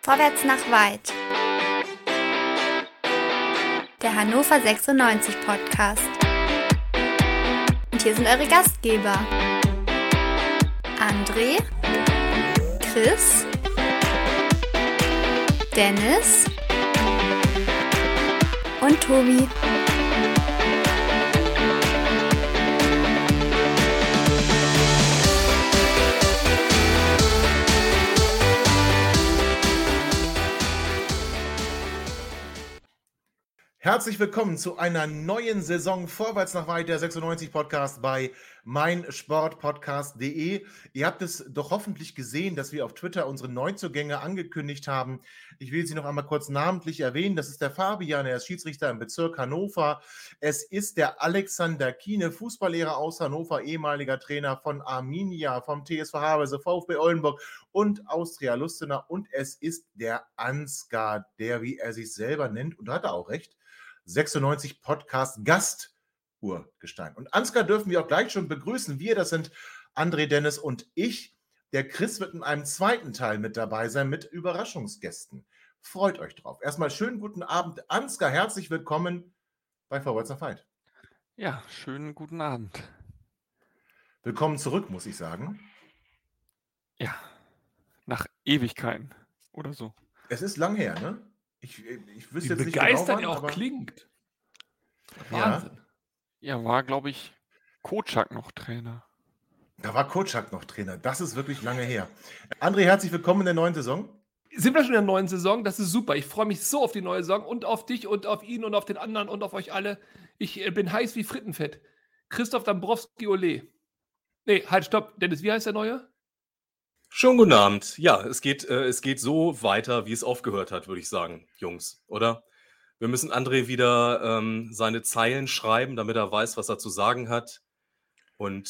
Vorwärts nach weit. Der Hannover 96 Podcast. Und hier sind eure Gastgeber. André, Chris, Dennis und Tobi. Herzlich willkommen zu einer neuen Saison Vorwärts nach weit, der 96 Podcast bei meinsportpodcast.de. Ihr habt es doch hoffentlich gesehen, dass wir auf Twitter unsere Neuzugänge angekündigt haben. Ich will sie noch einmal kurz namentlich erwähnen. Das ist der Fabian, er ist Schiedsrichter im Bezirk Hannover. Es ist der Alexander Kiene, Fußballlehrer aus Hannover, ehemaliger Trainer von Arminia, vom TSV Havelse, VfB Oldenburg und Austria Lustenau. Und es ist der Ansgar, der, wie er sich selber nennt, und da hat er auch recht, 96 Podcast Gast-Urgestein. Und Ansgar dürfen wir auch gleich schon begrüßen. Wir, das sind André, Dennis und ich. Der Chris wird in einem zweiten Teil mit dabei sein, mit Überraschungsgästen. Freut euch drauf. Erstmal schönen guten Abend. Ansgar, herzlich willkommen bei Vorwärts nach weit. Ja, schönen guten Abend. Willkommen zurück, muss ich sagen. Ja, nach Ewigkeiten oder so. Es ist lang her, ne? Ich wüsste jetzt nicht begeistert genau, er auch klingt. Ja. Wahnsinn. Ja, war, glaube ich, Kotschak noch Trainer. Da war Kotschak noch Trainer. Das ist wirklich lange her. André, herzlich willkommen in der neuen Saison. Sind wir schon in der neuen Saison? Das ist super. Ich freue mich so auf die neue Saison und auf dich und auf ihn und auf den anderen und auf euch alle. Ich bin heiß wie Frittenfett. Christoph Dambrowski Ole. Nee, halt, stopp. Dennis, wie heißt der Neue? Schönen guten Abend. Ja, es geht so weiter, wie es aufgehört hat, würde ich sagen, Jungs, oder? Wir müssen André wieder seine Zeilen schreiben, damit er weiß, was er zu sagen hat. Und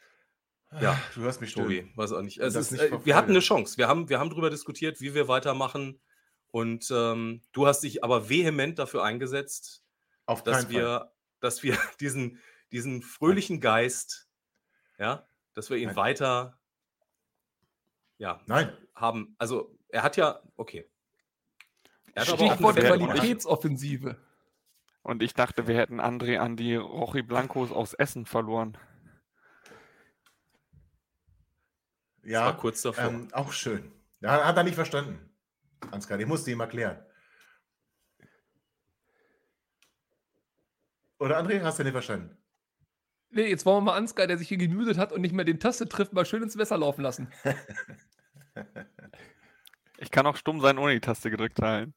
ja, Du hörst mich Tobi, stöhnen. weiß auch nicht. Wir Wir hatten eine Chance. Wir haben darüber diskutiert, wie wir weitermachen. Und du hast dich aber vehement dafür eingesetzt, Auf dass keinen Fall. wir diesen fröhlichen Geist, ja, dass wir ihn Nein. weiter Nein. haben. Also er hat ja, okay. Er hat aber auch Stichwort eine Qualitätsoffensive. Und ich dachte, wir hätten André an die Rochi Blancos aus Essen verloren. Ja, war kurz davor. Auch schön. Ja, hat er nicht verstanden, Ansgar. Ich musste ihm erklären. Oder André, hast du nicht verstanden? Nee, jetzt wollen wir mal Ansgar, der sich hier gemütet hat und nicht mehr den Taste trifft, mal schön ins Messer laufen lassen. Ich kann auch stumm sein, ohne die Taste gedrückt halten.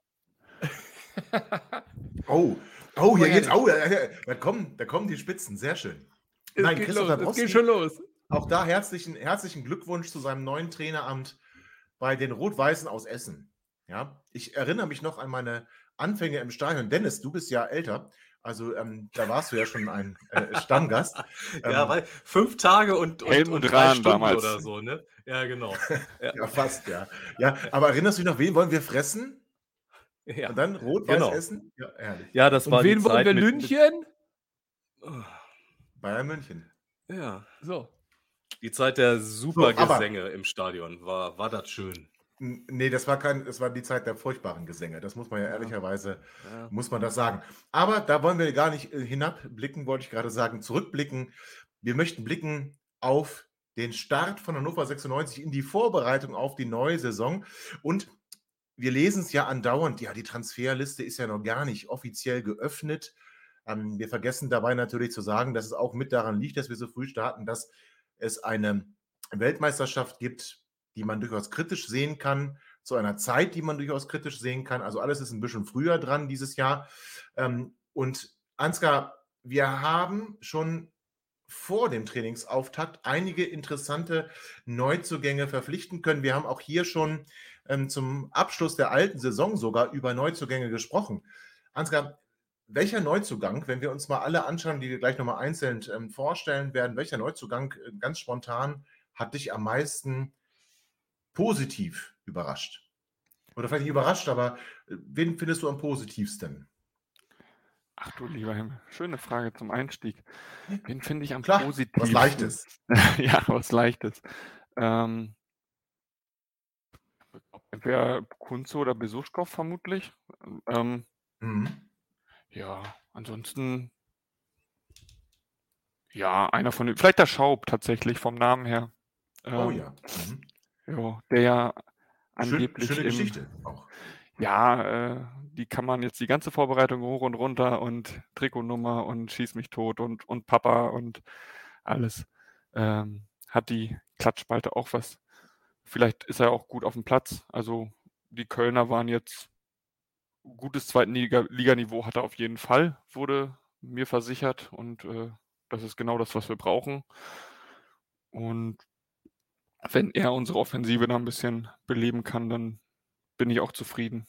Oh, hier geht's. Oh, da kommen die Spitzen. Sehr schön. Nein, Es Christoph geht Dabrowski, schon los. auch da herzlichen Glückwunsch zu seinem neuen Traineramt bei den Rot-Weißen aus Essen. Ja, ich erinnere mich noch an meine Anfänge im Stadion. Dennis, du bist ja älter. Also da warst du ja schon ein Stammgast. Ja, weil 5 Tage und Helmut 3 Rahn Stunden damals. oder so, ne? Ja, genau. Ja, fast, ja. Ja, aber erinnerst du dich noch, wen wollen wir fressen? Ja, Und dann Rot-Weiß genau. Essen? Ja, herrlich. Ja, das war Und wen die wollen Zeit wir mit- Lünchen? Bayern München. Ja, So. die Zeit der super So, aber- Gesänge im Stadion. War das schön. Nee, das war die Zeit der furchtbaren Gesänge. Das muss man ja ehrlicherweise, Ja. muss man das sagen. Aber da wollen wir gar nicht hinabblicken, wollte ich gerade sagen, zurückblicken. Wir möchten blicken auf den Start von Hannover 96 in die Vorbereitung auf die neue Saison. Und wir lesen es ja andauernd, ja, die Transferliste ist ja noch gar nicht offiziell geöffnet. Wir vergessen dabei natürlich zu sagen, dass es auch mit daran liegt, dass wir so früh starten, dass es eine Weltmeisterschaft gibt, die man durchaus kritisch sehen kann, zu einer Zeit, die man durchaus kritisch sehen kann. Also alles ist ein bisschen früher dran dieses Jahr. Und Ansgar, wir haben schon vor dem Trainingsauftakt einige interessante Neuzugänge verpflichten können. Wir haben auch hier schon zum Abschluss der alten Saison sogar über Neuzugänge gesprochen. Ansgar, welcher Neuzugang, wenn wir uns mal alle anschauen, die wir gleich nochmal einzeln vorstellen werden, welcher Neuzugang ganz spontan hat dich am meisten positiv überrascht? Oder vielleicht nicht überrascht, aber wen findest du am positivsten? Ach du lieber Himmel. Schöne Frage zum Einstieg. Wen finde ich am Klar, positivsten? was Leichtes. Ja, was Leichtes. Im wäre Kunze oder Besuschkow vermutlich. Ähm, Mhm. ja, ansonsten, ja, einer von den, vielleicht der Schaub tatsächlich vom Namen her. Oh ja. Mhm. Ja, der ja Schöne angeblich Geschichte auch. ja, die kann man jetzt die ganze Vorbereitung hoch und runter und Trikotnummer und schieß mich tot und Papa und alles. Hat die Klatschspalte auch was. Vielleicht ist er auch gut auf dem Platz. Also die Kölner waren jetzt gutes Zweitliganiveau hat er auf jeden Fall, wurde mir versichert und das ist genau das, was wir brauchen. Und wenn er unsere Offensive da ein bisschen beleben kann, dann bin ich auch zufrieden.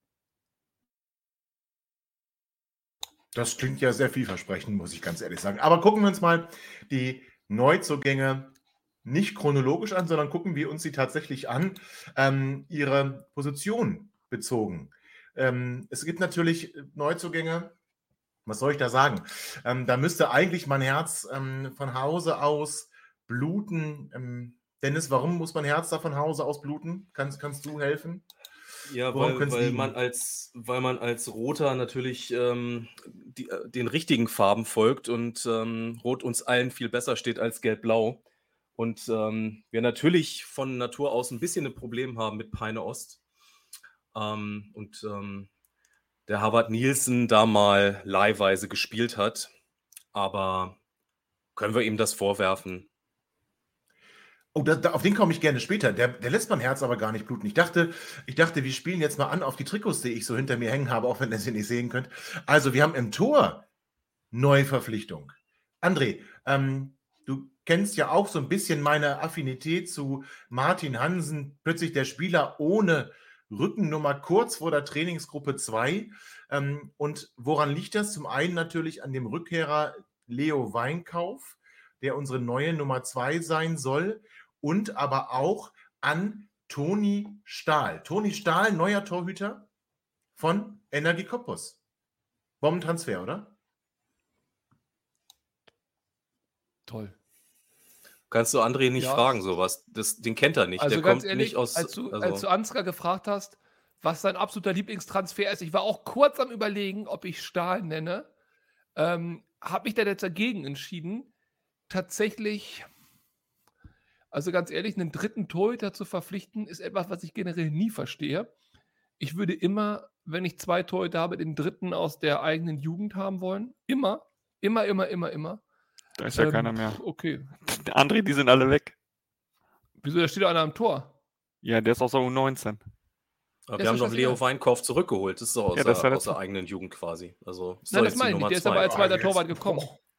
Das klingt ja sehr vielversprechend, muss ich ganz ehrlich sagen. Aber gucken wir uns mal die Neuzugänge nicht chronologisch an, sondern gucken wir uns sie tatsächlich an, ihre Position bezogen. Es gibt natürlich Neuzugänge, was soll ich da sagen? Da müsste eigentlich mein Herz von Hause aus bluten. Dennis, warum muss mein Herz da von Hause aus bluten? Kannst du helfen? Ja, Woran könnte es weil liegen? man als Roter natürlich den richtigen Farben folgt und Rot uns allen viel besser steht als Gelb-Blau. Und wir natürlich von Natur aus ein bisschen ein Problem haben mit Peine Ost. Der Harvard Nielsen da mal leihweise gespielt hat. Aber können wir ihm das vorwerfen? Oh, auf den komme ich gerne später. Der lässt mein Herz aber gar nicht bluten. Ich dachte, wir spielen jetzt mal an auf die Trikots, die ich so hinter mir hängen habe, auch wenn ihr sie nicht sehen könnt. Also, wir haben im Tor Neuverpflichtung. André, du kennst ja auch so ein bisschen meine Affinität zu Martin Hansen, plötzlich der Spieler ohne Rückennummer kurz vor der Trainingsgruppe 2. Und woran liegt das? Zum einen natürlich an dem Rückkehrer Leo Weinkauf, der unsere neue Nummer 2 sein soll, und aber auch an Toni Stahl. Toni Stahl, neuer Torhüter von Energie Cottbus. Bombentransfer, oder? Toll. Kannst du André nicht Ja. fragen, sowas? Den kennt er nicht. Also Der ganz kommt ehrlich, nicht aus. als du Ansgar gefragt hast, was sein absoluter Lieblingstransfer ist, ich war auch kurz am Überlegen, ob ich Stahl nenne. Habe mich dann jetzt dagegen entschieden. Tatsächlich, also ganz ehrlich, einen dritten Torhüter zu verpflichten, ist etwas, was ich generell nie verstehe. Ich würde immer, wenn ich 2 Torhüter habe, den dritten aus der eigenen Jugend haben wollen. Immer. Immer. Da ist ja keiner mehr. Okay. Der André, die sind alle weg. Wieso, da steht doch einer am Tor? Ja, der ist aus der U19. Aber Ja, wir haben ist doch doch Leo scheißegal. Weinkauf zurückgeholt. Das ist doch aus, Ja, das war der, der aus der eigenen Jugend quasi. Also ist Nein, doch das jetzt die meine ich Nummer nicht. Der ist aber 2. als zweiter jetzt- Torwart gekommen.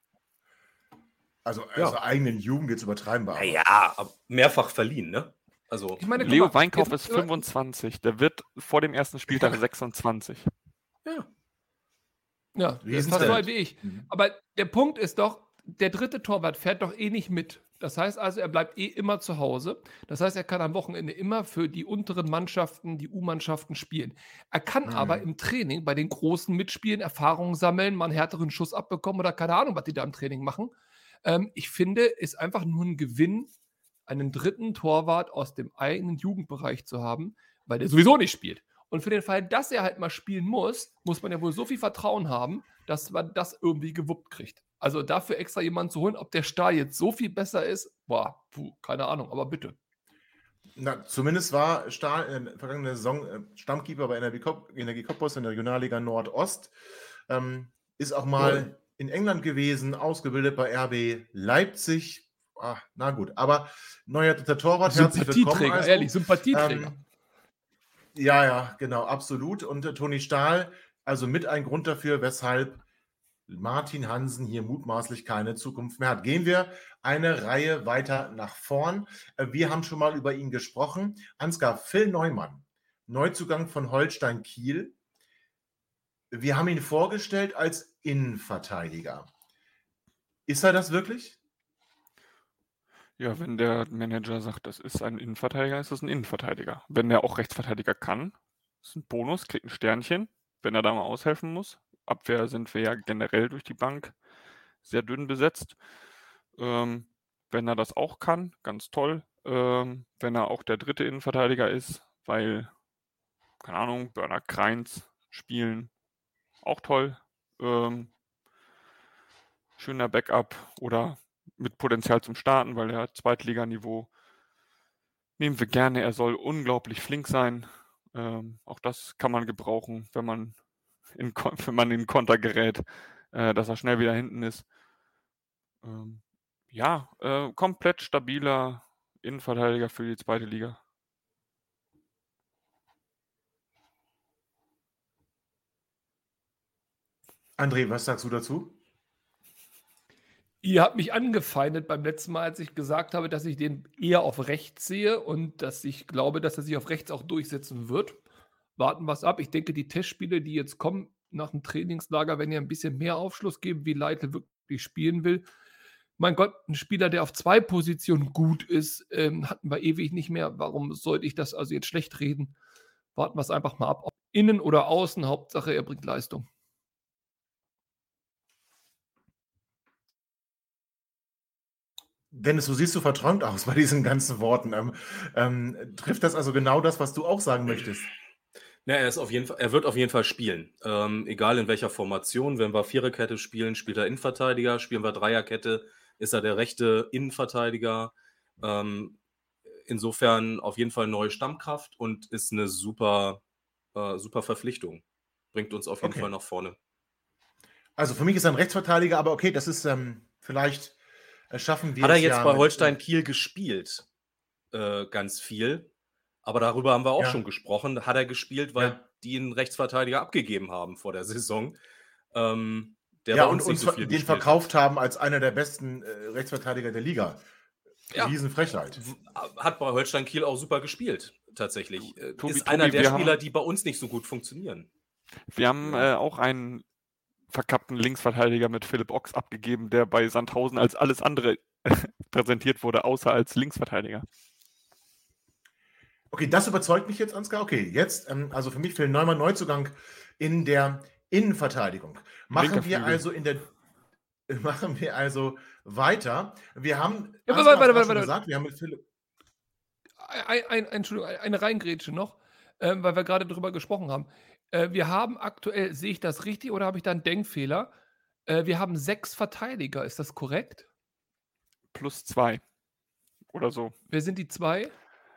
Also Ja. eigenen Jugend jetzt übertreiben wir. aber. Naja, aber mehrfach verliehen, ne? Also, Ich meine, guck Leo mal, Weinkauf jetzt- ist 25. Der wird vor dem ersten Spieltag 26. ja. Ja, das ist fast Riesentalent. so alt wie ich. Mhm. Aber der Punkt ist doch, der dritte Torwart fährt doch eh nicht mit. Das heißt also, er bleibt eh immer zu Hause. Das heißt, er kann am Wochenende immer für die unteren Mannschaften, die U-Mannschaften spielen. Er kann aber im Training bei den Großen mitspielen, Erfahrungen sammeln, mal einen härteren Schuss abbekommen oder keine Ahnung, was die da im Training machen. Ich finde, ist einfach nur ein Gewinn, einen dritten Torwart aus dem eigenen Jugendbereich zu haben, weil der sowieso nicht spielt. Und für den Fall, dass er halt mal spielen muss man ja wohl so viel Vertrauen haben, dass man das irgendwie gewuppt kriegt. Also dafür extra jemanden zu holen, ob der Stahl jetzt so viel besser ist, keine Ahnung, aber bitte. Na, zumindest war Stahl in der vergangenen Saison Stammkeeper bei Energie Cottbus in der Regionalliga Nordost. Ist auch mal in England gewesen, ausgebildet bei RB Leipzig. Na gut, aber neuer dritter Torwart, herzlich willkommen. Sympathieträger, Also. ehrlich, Sympathieträger. Ja, genau, absolut. Und Toni Stahl, also mit ein Grund dafür, weshalb Martin Hansen hier mutmaßlich keine Zukunft mehr hat. Gehen wir eine Reihe weiter nach vorn. Wir haben schon mal über ihn gesprochen. Ansgar, Phil Neumann, Neuzugang von Holstein Kiel. Wir haben ihn vorgestellt als Innenverteidiger. Ist er das wirklich? Ja, wenn der Manager sagt, das ist ein Innenverteidiger, ist das ein Innenverteidiger. Wenn der auch Rechtsverteidiger kann, ist ein Bonus, kriegt ein Sternchen, wenn er da mal aushelfen muss. Abwehr sind wir ja generell durch die Bank sehr dünn besetzt. Wenn er das auch kann, ganz toll. Wenn er auch der dritte Innenverteidiger ist, weil keine Ahnung, Börner Kreins spielen. Auch toll. Schöner Backup oder mit Potenzial zum Starten, weil er hat Zweitliganiveau. Nehmen wir gerne. Er soll unglaublich flink sein. Auch das kann man gebrauchen, wenn man in den Konter gerät, dass er schnell wieder hinten ist. Komplett stabiler Innenverteidiger für die zweite Liga. André, was sagst du dazu? Ihr habt mich angefeindet beim letzten Mal, als ich gesagt habe, dass ich den eher auf rechts sehe und dass ich glaube, dass er sich auf rechts auch durchsetzen wird. Warten wir es ab. Ich denke, die Testspiele, die jetzt kommen nach dem Trainingslager, werden ja ein bisschen mehr Aufschluss geben, wie Leitl wirklich spielen will. Mein Gott, ein Spieler, der auf 2 Positionen gut ist, hatten wir ewig nicht mehr. Warum sollte ich das also jetzt schlecht reden? Warten wir es einfach mal ab. Ob innen oder außen, Hauptsache er bringt Leistung. Dennis, du siehst so verträumt aus bei diesen ganzen Worten. Trifft das also genau das, was du auch sagen möchtest? Ja, er wird auf jeden Fall spielen. Egal in welcher Formation. Wenn wir Viererkette spielen, spielt er Innenverteidiger. Spielen wir Dreierkette, ist er der rechte Innenverteidiger. Insofern auf jeden Fall neue Stammkraft und ist eine super Verpflichtung. Bringt uns auf jeden Fall nach vorne. Also für mich ist er ein Rechtsverteidiger, aber okay, das ist vielleicht schaffen wir Hat er es jetzt ja bei mit, Holstein Kiel gespielt? Ganz viel. Aber darüber haben wir auch Ja. schon gesprochen. Hat er gespielt, weil Ja. die einen Rechtsverteidiger abgegeben haben vor der Saison. Der ja, bei und uns nicht so viel den gespielt verkauft haben als einer der besten Rechtsverteidiger der Liga. Ja. Riesenfrechheit. Hat bei Holstein Kiel auch super gespielt, tatsächlich. Tobi, ist einer der wir Spieler, haben- die bei uns nicht so gut funktionieren. Wir haben auch einen verkappten Linksverteidiger mit Philipp Ochs abgegeben, der bei Sandhausen als alles andere präsentiert wurde, außer als Linksverteidiger. Okay, das überzeugt mich jetzt, Ansgar. Okay, jetzt, also für mich Phil Neumann Neuzugang in der Innenverteidigung. Machen Linker wir Flügel. also weiter. Wir haben Ja, Ansgar hat warte. schon gesagt, wir haben mit Philipp. Entschuldigung, eine Reingrätsche noch, weil wir gerade drüber gesprochen haben. Wir haben aktuell, sehe ich das richtig oder habe ich da einen Denkfehler? Wir haben 6 Verteidiger, ist das korrekt? +2 oder so. Wer sind die 2?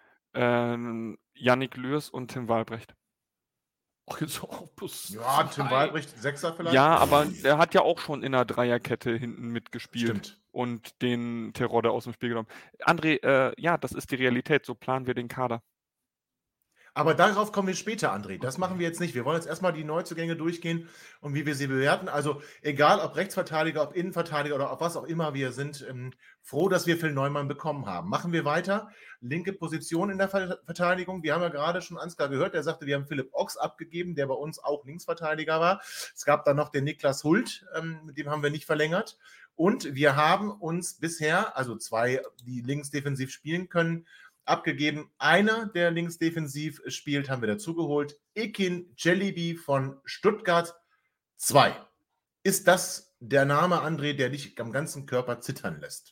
Yannick Lürs und Tim Wahlbrecht. Ach, jetzt auch plus Ja, Tim 2. Wahlbrecht, Sechser vielleicht? Ja, aber der hat ja auch schon in der Dreierkette hinten mitgespielt. Stimmt. Und den Terodde aus dem Spiel genommen. André, ja, das ist die Realität. So planen wir den Kader. Aber darauf kommen wir später, André. Das machen wir jetzt nicht. Wir wollen jetzt erstmal die Neuzugänge durchgehen und wie wir sie bewerten. Also egal, ob Rechtsverteidiger, ob Innenverteidiger oder auf was auch immer, wir sind froh, dass wir Phil Neumann bekommen haben. Machen wir weiter. Linke Position in der Verteidigung. Wir haben ja gerade schon Ansgar gehört, der sagte, wir haben Philipp Ochs abgegeben, der bei uns auch Linksverteidiger war. Es gab dann noch den Niklas Hult, mit dem haben wir nicht verlängert. Und wir haben uns bisher, also 2, die links defensiv spielen können, abgegeben. Einer, der links defensiv spielt, haben wir dazugeholt. Ekin Celebi von Stuttgart 2. Ist das der Name, André, der dich am ganzen Körper zittern lässt?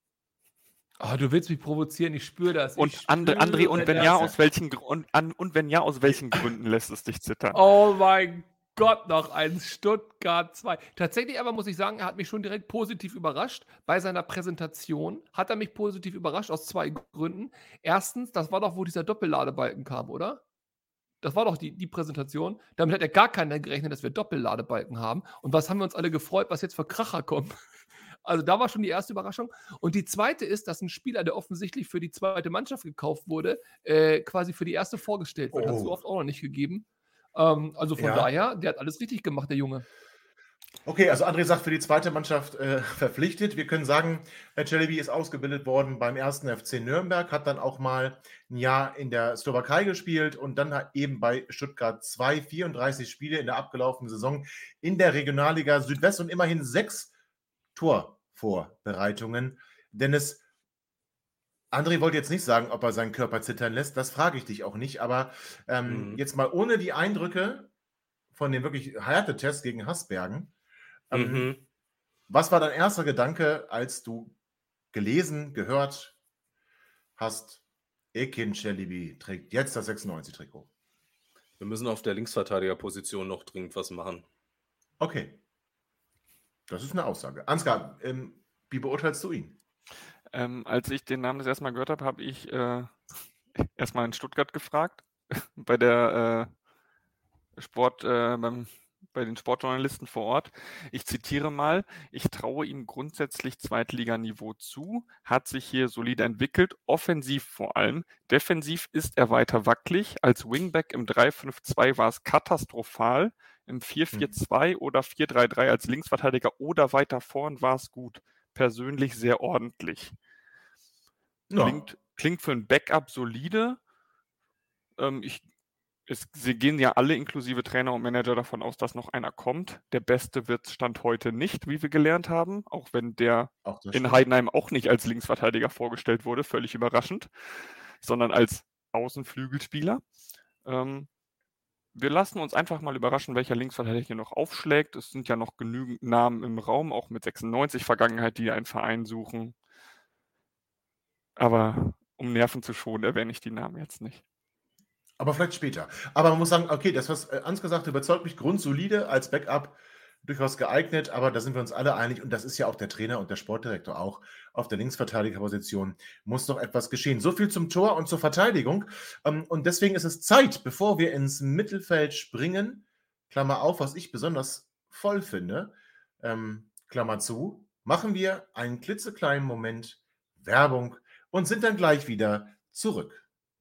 Du willst mich provozieren, ich spüre das. Und Ich André, spüre und wenn das. ja, aus welchen Gründen lässt es dich zittern? Oh mein Gott, noch ein Stuttgart 2. Tatsächlich aber muss ich sagen, er hat mich schon direkt positiv überrascht. Bei seiner Präsentation hat er mich positiv überrascht aus 2 Gründen. Erstens, das war doch, wo dieser Doppelladebalken kam, oder? Das war doch die Präsentation. Damit hat ja gar keiner gerechnet, dass wir Doppelladebalken haben. Und was haben wir uns alle gefreut, was jetzt für Kracher kommt. Also da war schon die erste Überraschung. Und die zweite ist, dass ein Spieler, der offensichtlich für die zweite Mannschaft gekauft wurde, quasi für die erste vorgestellt wird. Hat es so oft auch noch nicht gegeben. Also von daher, der hat alles richtig gemacht, der Junge. Okay, also André sagt, für die zweite Mannschaft verpflichtet. Wir können sagen, Celebi ist ausgebildet worden beim 1. FC Nürnberg, hat dann auch mal ein Jahr in der Slowakei gespielt und dann eben bei Stuttgart 2, 34 Spiele in der abgelaufenen Saison in der Regionalliga Südwest und immerhin 6 Torvorbereitungen. Dennis, André wollte jetzt nicht sagen, ob er seinen Körper zittern lässt, das frage ich dich auch nicht, aber jetzt mal ohne die Eindrücke von dem wirklich Härtetest gegen Hasbergen, was war dein erster Gedanke, als du gelesen, gehört hast, Ekin Celebi trägt jetzt das 96-Trikot? Wir müssen auf der Linksverteidigerposition noch dringend was machen. Okay. Das ist eine Aussage. Ansgar, wie beurteilst du ihn? Als ich den Namen das erste Mal gehört habe, habe ich erstmal in Stuttgart gefragt, bei der bei den Sportjournalisten vor Ort. Ich zitiere mal: Ich traue ihm grundsätzlich Zweitliganiveau zu, hat sich hier solide entwickelt, offensiv vor allem. Defensiv ist er weiter wackelig. Als Wingback im 3-5-2 war es katastrophal. Im 4-4-2 oder 4-3-3 als Linksverteidiger oder weiter vorn war es gut. Persönlich sehr ordentlich. Ja. Klingt für ein Backup solide. Sie gehen ja alle inklusive Trainer und Manager davon aus, dass noch einer kommt. Der Beste wird Stand heute nicht, wie wir gelernt haben, auch wenn der Auch das in stimmt. Heidenheim auch nicht als Linksverteidiger vorgestellt wurde, völlig überraschend, sondern als Außenflügelspieler. Wir lassen uns einfach mal überraschen, welcher Linksverteidiger hier noch aufschlägt. Es sind ja noch genügend Namen im Raum, auch mit 96 Vergangenheit, die einen Verein suchen. Aber um Nerven zu schonen, erwähne ich die Namen jetzt nicht. Aber vielleicht später. Aber man muss sagen, okay, das, was Ansgar sagte, überzeugt mich grundsolide als Backup, durchaus geeignet, aber da sind wir uns alle einig und das ist ja auch der Trainer und der Sportdirektor auch. Auf der Linksverteidigerposition muss noch etwas geschehen. So viel zum Tor und zur Verteidigung. Und deswegen ist es Zeit, bevor wir ins Mittelfeld springen, Klammer auf, was ich besonders voll finde, Klammer zu, machen wir einen klitzekleinen Moment Werbung und sind dann gleich wieder zurück.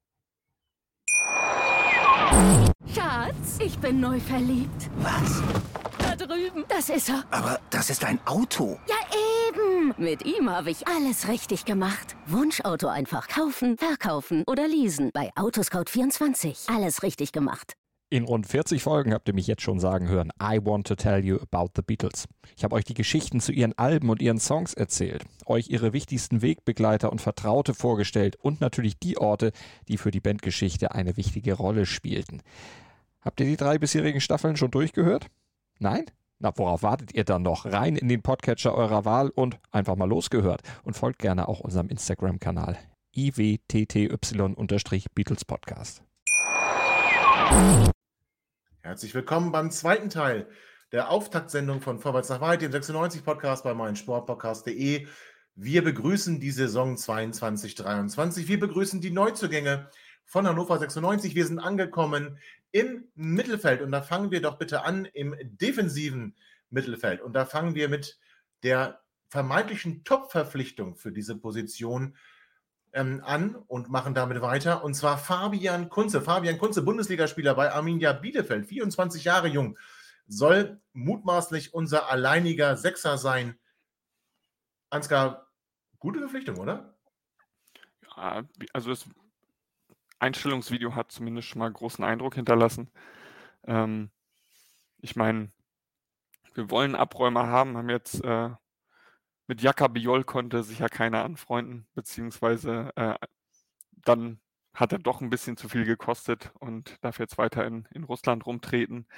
Schatz, ich bin neu verliebt. Was? Da drüben. Das ist er. Aber das ist ein Auto. Ja, eben. Mit ihm habe ich alles richtig gemacht. Wunschauto einfach kaufen, verkaufen oder leasen. Bei Autoscout24. Alles richtig gemacht. In rund 40 Folgen habt ihr mich jetzt schon sagen hören, I want to tell you about the Beatles. Ich habe euch die Geschichten zu ihren Alben und ihren Songs erzählt, euch ihre wichtigsten Wegbegleiter und Vertraute vorgestellt und natürlich die Orte, die für die Bandgeschichte eine wichtige Rolle spielten. Habt ihr die 3 bisherigen Staffeln schon durchgehört? Nein? Na, worauf wartet ihr dann noch? Rein in den Podcatcher eurer Wahl und einfach mal losgehört. Und folgt gerne auch unserem Instagram-Kanal iwtty_Beatles Podcast. Herzlich willkommen beim zweiten Teil der Auftaktsendung von Vorwärts nach Weit, dem 96-Podcast bei meinsportpodcast.de. Wir begrüßen die Saison 22/23. Wir begrüßen die Neuzugänge von Hannover 96. Wir sind angekommen im Mittelfeld und da fangen wir doch bitte an im defensiven Mittelfeld. Und da fangen wir mit der vermeintlichen Top-Verpflichtung für diese Position an und machen damit weiter. Und zwar Fabian Kunze. Fabian Kunze, Bundesligaspieler bei Arminia Bielefeld, 24 Jahre jung, soll mutmaßlich unser alleiniger Sechser sein. Ansgar, gute Verpflichtung, oder? Ja, also das Einstellungsvideo hat zumindest schon mal großen Eindruck hinterlassen. Ich meine, wir wollen Abräumer haben jetzt mit Jaka Biol konnte sich ja keiner anfreunden, beziehungsweise dann hat er doch ein bisschen zu viel gekostet und darf jetzt weiter in Russland rumtreten.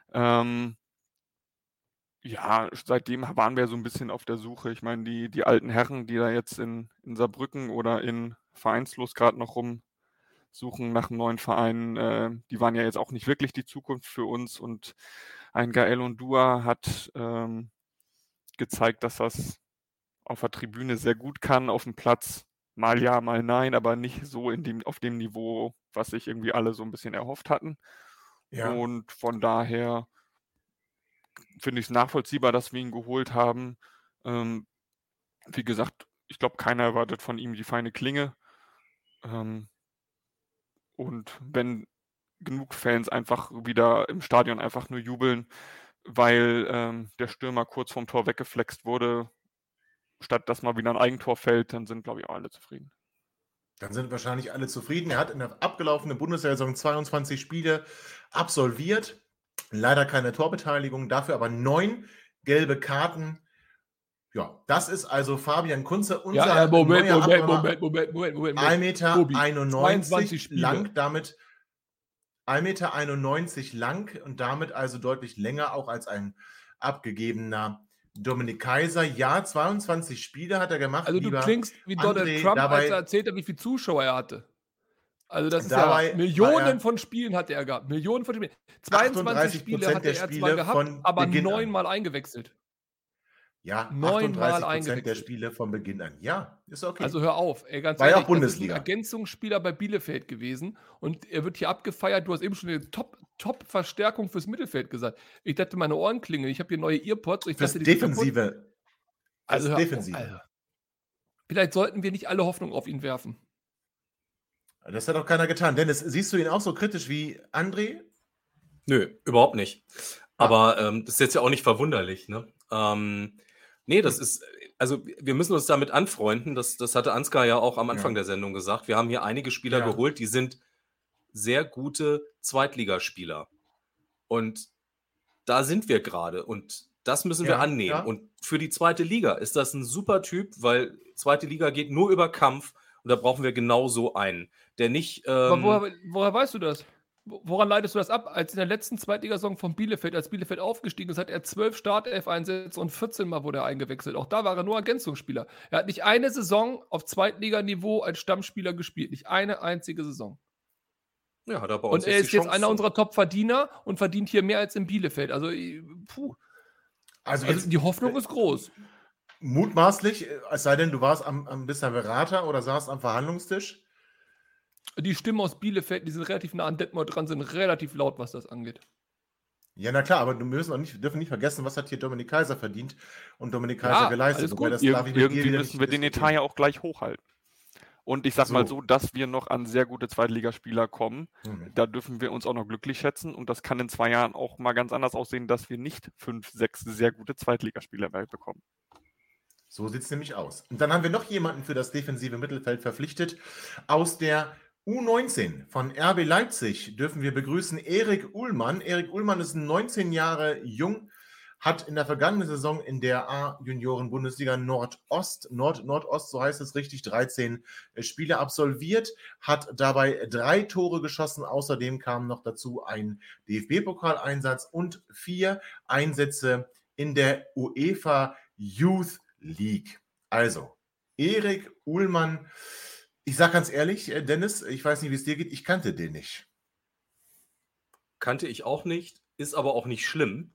Ja, seitdem waren wir so ein bisschen auf der Suche. Ich meine, die alten Herren, die da jetzt in Saarbrücken oder in Vereinslos gerade noch rumsuchen nach einem neuen Verein, die waren ja jetzt auch nicht wirklich die Zukunft für uns. Und ein Gael Ondua hat gezeigt, dass das auf der Tribüne sehr gut kann, auf dem Platz mal ja, mal nein, aber nicht so auf dem Niveau, was sich irgendwie alle so ein bisschen erhofft hatten. Ja. Und von daher finde ich es nachvollziehbar, dass wir ihn geholt haben. Wie gesagt, ich glaube, keiner erwartet von ihm die feine Klinge. Und wenn genug Fans einfach wieder im Stadion einfach nur jubeln, weil der Stürmer kurz vorm Tor weggeflext wurde, statt dass mal wieder ein Eigentor fällt, dann sind, glaube ich, auch alle zufrieden. Dann sind wahrscheinlich alle zufrieden. Er hat in der abgelaufenen Bundesliga-Saison 22 Spiele absolviert. Leider keine Torbeteiligung, dafür aber 9 gelbe Karten. Ja, das ist also Fabian Kunze, unser Moment. 1,91 Meter Tobi, 22 Spiele. lang, damit 1,91 Meter lang und damit also deutlich länger auch als ein abgegebener Dominik Kaiser. Ja, 22 Spiele hat er gemacht. Also du klingst wie Donald Trump, als er erzählt hat, wie viele Zuschauer er hatte. Also das ist Dabei ja war Millionen er von Spielen hat er gehabt. Millionen von Spielen. 22 Spiele 38% hatte der er zwar Spiele gehabt, von aber Beginn an. 9-mal eingewechselt. Ja, 9-mal 38% der eingewechselt. Spiele von Beginn an. Ja, ist okay. Also hör auf, ey, ganz War ja auch ehrlich, das ist ein Bundesliga. Ergänzungsspieler bei Bielefeld gewesen und er wird hier abgefeiert. Du hast eben schon eine Top-Verstärkung fürs Mittelfeld gesagt. Ich dachte, meine Ohren klingeln. Ich habe hier neue Earpods. Ich Fürs dachte, die sind kaputt. Defensive. Also, Fürs hör auf, Defensive. Alter. Vielleicht sollten wir nicht alle Hoffnung auf ihn werfen. Das hat auch keiner getan. Dennis, siehst du ihn auch so kritisch wie André? Nö, überhaupt nicht. Aber das ist jetzt ja auch nicht verwunderlich. Ne? Nee, das ist, also wir müssen uns damit anfreunden. Das hatte Ansgar ja auch am Anfang der Sendung gesagt. Wir haben hier einige Spieler geholt, die sind sehr gute Zweitligaspieler. Und da sind wir gerade. Und das müssen wir annehmen. Ja. Und für die zweite Liga ist das ein super Typ, weil zweite Liga geht nur über Kampf. Und da brauchen wir genau so einen, der nicht. Aber woher weißt du das? Woran leitest du das ab? Als in der letzten Zweitligasaison von Bielefeld, als Bielefeld aufgestiegen ist, hat er 12 Startelf-Einsätze und 14 Mal wurde er eingewechselt. Auch da war er nur Ergänzungsspieler. Er hat nicht eine Saison auf Zweitliganiveau als Stammspieler gespielt. Nicht eine einzige Saison. Ja, hat er bei uns Und er ist jetzt einer unserer Top-Verdiener und verdient hier mehr als in Bielefeld. Also, puh. Also die Hoffnung ist groß. Mutmaßlich, es sei denn, du warst bist ein Berater oder saßt am Verhandlungstisch. Die Stimmen aus Bielefeld, die sind relativ nah an Detmold dran, sind relativ laut, was das angeht. Ja, na klar, aber wir dürfen nicht vergessen, was hat hier Dominik Kaiser verdient und Dominik Kaiser geleistet. Alles Wobei gut. das darf ich mit dir Irgendwie wieder müssen nicht wir den Etat ja auch gleich hochhalten. Und ich sag mal so, dass wir noch an sehr gute Zweitligaspieler kommen, da dürfen wir uns auch noch glücklich schätzen. Und das kann in 2 Jahren auch mal ganz anders aussehen, dass wir nicht 5, 6 sehr gute Zweitligaspieler bekommen. So sieht es nämlich aus. Und dann haben wir noch jemanden für das defensive Mittelfeld verpflichtet. Aus der U19 von RB Leipzig dürfen wir begrüßen Erik Uhlmann. Erik Uhlmann ist 19 Jahre jung, hat in der vergangenen Saison in der A-Junioren-Bundesliga Nordost, so heißt es richtig, 13 Spiele absolviert, hat dabei 3 Tore geschossen. Außerdem kam noch dazu ein DFB-Pokaleinsatz und 4 Einsätze in der UEFA Youth League. Also, Erik Uhlmann, ich sage ganz ehrlich, Dennis, ich weiß nicht, wie es dir geht, ich kannte den nicht. Kannte ich auch nicht, ist aber auch nicht schlimm.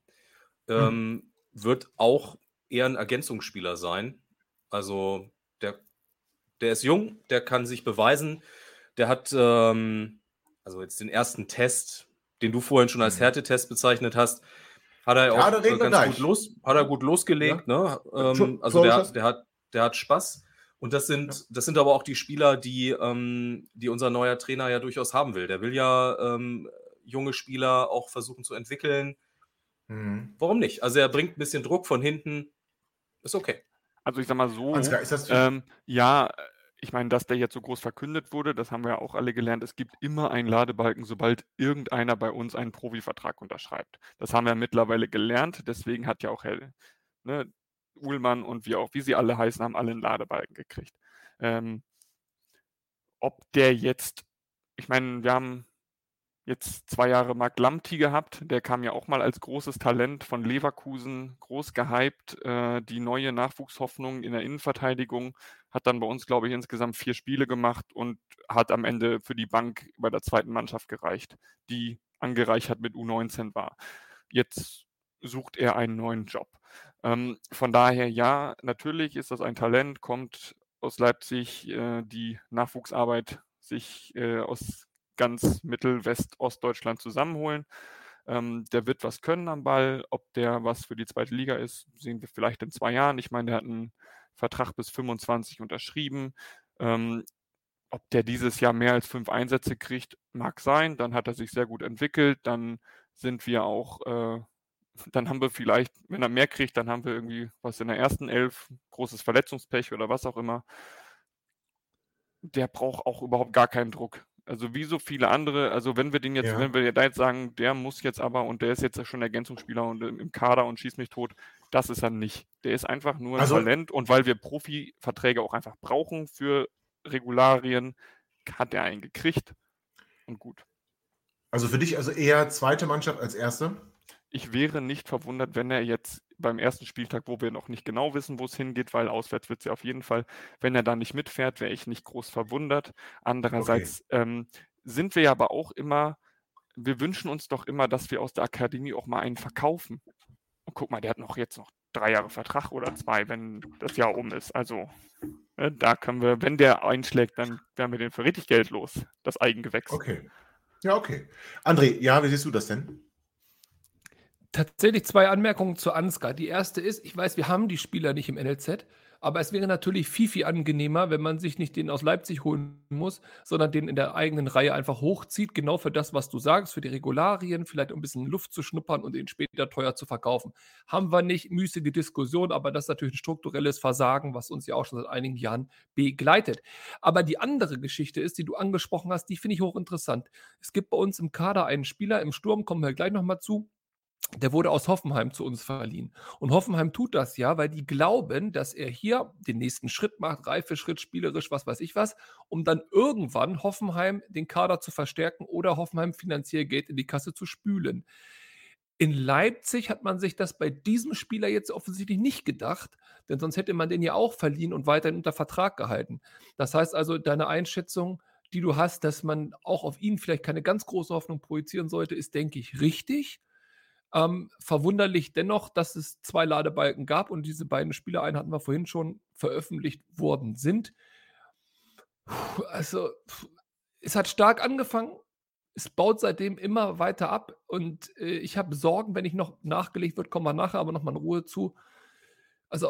Wird auch eher ein Ergänzungsspieler sein. Also, der ist jung, der kann sich beweisen. Der hat, also jetzt den ersten Test, den du vorhin schon als Härtetest bezeichnet hast, hat er auch ganz gut losgelegt. Ja. Ne? Also der hat Spaß. Und das sind aber auch die Spieler, die unser neuer Trainer ja durchaus haben will. Der will ja junge Spieler auch versuchen zu entwickeln. Warum nicht? Also er bringt ein bisschen Druck von hinten. Ist okay. Also ich sag mal so, Ansgar, ist das ja, ich meine, dass der jetzt so groß verkündet wurde, das haben wir ja auch alle gelernt. Es gibt immer einen Ladebalken, sobald irgendeiner bei uns einen Profivertrag unterschreibt. Das haben wir mittlerweile gelernt. Deswegen hat ja auch Uhlmann und wie sie alle heißen, haben alle einen Ladebalken gekriegt. Ob der jetzt, ich meine, wir haben jetzt 2 Jahre Marc Lamptey gehabt, der kam ja auch mal als großes Talent von Leverkusen, groß gehypt, die neue Nachwuchshoffnung in der Innenverteidigung, hat dann bei uns, glaube ich, insgesamt 4 Spiele gemacht und hat am Ende für die Bank bei der zweiten Mannschaft gereicht, die angereichert mit U19 war. Jetzt sucht er einen neuen Job. Von daher, ja, natürlich ist das ein Talent, kommt aus Leipzig, die Nachwuchsarbeit sich aus ganz Mittel-, West-, Ostdeutschland zusammenholen. Der wird was können am Ball. Ob der was für die zweite Liga ist, sehen wir vielleicht in 2 Jahren. Ich meine, der hat einen Vertrag bis 25 unterschrieben. Ob der dieses Jahr mehr als 5 Einsätze kriegt, mag sein. Dann hat er sich sehr gut entwickelt. Dann sind wir auch, dann haben wir vielleicht, wenn er mehr kriegt, dann haben wir irgendwie was in der ersten 11, großes Verletzungspech oder was auch immer. Der braucht auch überhaupt gar keinen Druck. Also wie so viele andere, also wenn wir da jetzt sagen, der muss jetzt aber und der ist jetzt schon Ergänzungsspieler und im Kader und schießt mich tot, das ist er nicht. Der ist einfach nur ein Talent und weil wir Profiverträge auch einfach brauchen für Regularien, hat er einen gekriegt und gut. Also für dich also eher zweite Mannschaft als erste? ich wäre nicht verwundert, wenn er jetzt beim ersten Spieltag, wo wir noch nicht genau wissen, wo es hingeht, weil auswärts wird es ja auf jeden Fall, wenn er da nicht mitfährt, wäre ich nicht groß verwundert. Andererseits sind wir ja aber auch immer, wir wünschen uns doch immer, dass wir aus der Akademie auch mal einen verkaufen. Und guck mal, der hat jetzt noch 3 Jahre Vertrag oder 2, wenn das Jahr um ist. Also da können wir, wenn der einschlägt, dann werden wir den für richtig Geld los, das Eigengewächs. Okay. Ja, okay. André, ja, wie siehst du das denn? Tatsächlich 2 Anmerkungen zu Ansgar. Die erste ist, ich weiß, wir haben die Spieler nicht im NLZ, aber es wäre natürlich viel, viel angenehmer, wenn man sich nicht den aus Leipzig holen muss, sondern den in der eigenen Reihe einfach hochzieht, genau für das, was du sagst, für die Regularien, vielleicht um ein bisschen Luft zu schnuppern und ihn später teuer zu verkaufen. Haben wir nicht, müßige Diskussion, aber das ist natürlich ein strukturelles Versagen, was uns ja auch schon seit einigen Jahren begleitet. Aber die andere Geschichte ist, die du angesprochen hast, die finde ich hochinteressant. Es gibt bei uns im Kader einen Spieler, im Sturm, kommen wir gleich nochmal zu, der wurde aus Hoffenheim zu uns verliehen. Und Hoffenheim tut das ja, weil die glauben, dass er hier den nächsten Schritt macht, Reifeschritt, spielerisch, was weiß ich was, um dann irgendwann Hoffenheim den Kader zu verstärken oder Hoffenheim finanziell Geld in die Kasse zu spülen. In Leipzig hat man sich das bei diesem Spieler jetzt offensichtlich nicht gedacht, denn sonst hätte man den ja auch verliehen und weiterhin unter Vertrag gehalten. Das heißt also, deine Einschätzung, die du hast, dass man auch auf ihn vielleicht keine ganz große Hoffnung projizieren sollte, ist, denke ich, richtig. Verwunderlich dennoch, dass es 2 Ladebalken gab und diese beiden Spieler, hatten wir vorhin schon, veröffentlicht worden sind. Also, es hat stark angefangen. Es baut seitdem immer weiter ab und ich habe Sorgen, wenn nicht noch nachgelegt wird, kommen wir nachher aber nochmal in Ruhe zu. Also,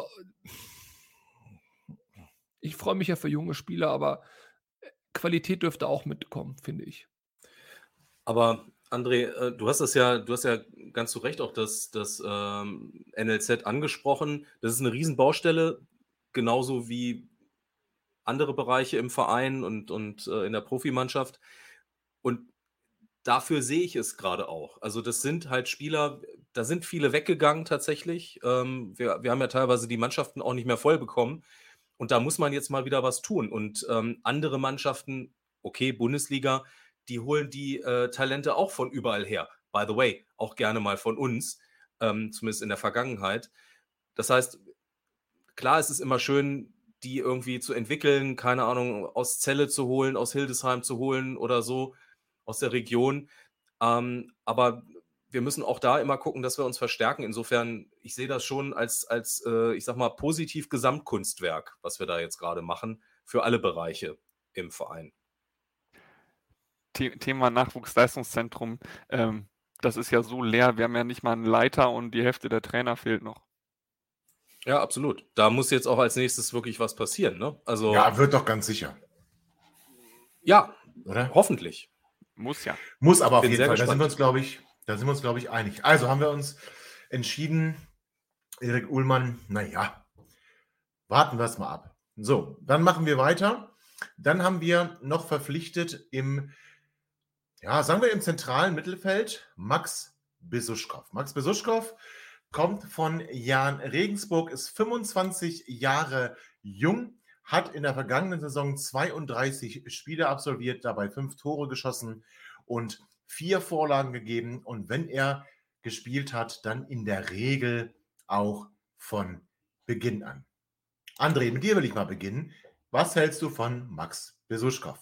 ich freue mich ja für junge Spieler, aber Qualität dürfte auch mitkommen, finde ich. Aber André, du hast ja ganz zu Recht auch das NLZ angesprochen. Das ist eine Riesenbaustelle, genauso wie andere Bereiche im Verein und in der Profimannschaft. Und dafür sehe ich es gerade auch. Also das sind halt Spieler, da sind viele weggegangen tatsächlich. Wir haben ja teilweise die Mannschaften auch nicht mehr voll bekommen. Und da muss man jetzt mal wieder was tun. Und andere Mannschaften, okay, Bundesliga, die holen die Talente auch von überall her. By the way, auch gerne mal von uns, zumindest in der Vergangenheit. Das heißt, klar, es ist immer schön, die irgendwie zu entwickeln, keine Ahnung, aus Celle zu holen, aus Hildesheim zu holen oder so, aus der Region. Aber wir müssen auch da immer gucken, dass wir uns verstärken. Insofern, ich sehe das schon als ich sag mal, positiv Gesamtkunstwerk, was wir da jetzt gerade machen, für alle Bereiche im Verein. Thema Nachwuchsleistungszentrum, das ist ja so leer, wir haben ja nicht mal einen Leiter und die Hälfte der Trainer fehlt noch. Ja, absolut. Da muss jetzt auch als nächstes wirklich was passieren, ne? Also, Ja, wird doch ganz sicher. ja, Oder? hoffentlich. Muss ja. Muss aber auf Bin jeden sehr Fall. Da sind wir gespannt. uns, glaube ich, einig. Also haben wir uns entschieden, Erik Uhlmann, naja, warten wir es mal ab. So, dann machen wir weiter. Dann haben wir noch verpflichtet im zentralen Mittelfeld Max Besuschkow. Max Besuschkow kommt von Jahn Regensburg, ist 25 Jahre jung, hat in der vergangenen Saison 32 Spiele absolviert, dabei 5 Tore geschossen und 4 Vorlagen gegeben. Und wenn er gespielt hat, dann in der Regel auch von Beginn an. André, mit dir will ich mal beginnen. Was hältst du von Max Besuschkow?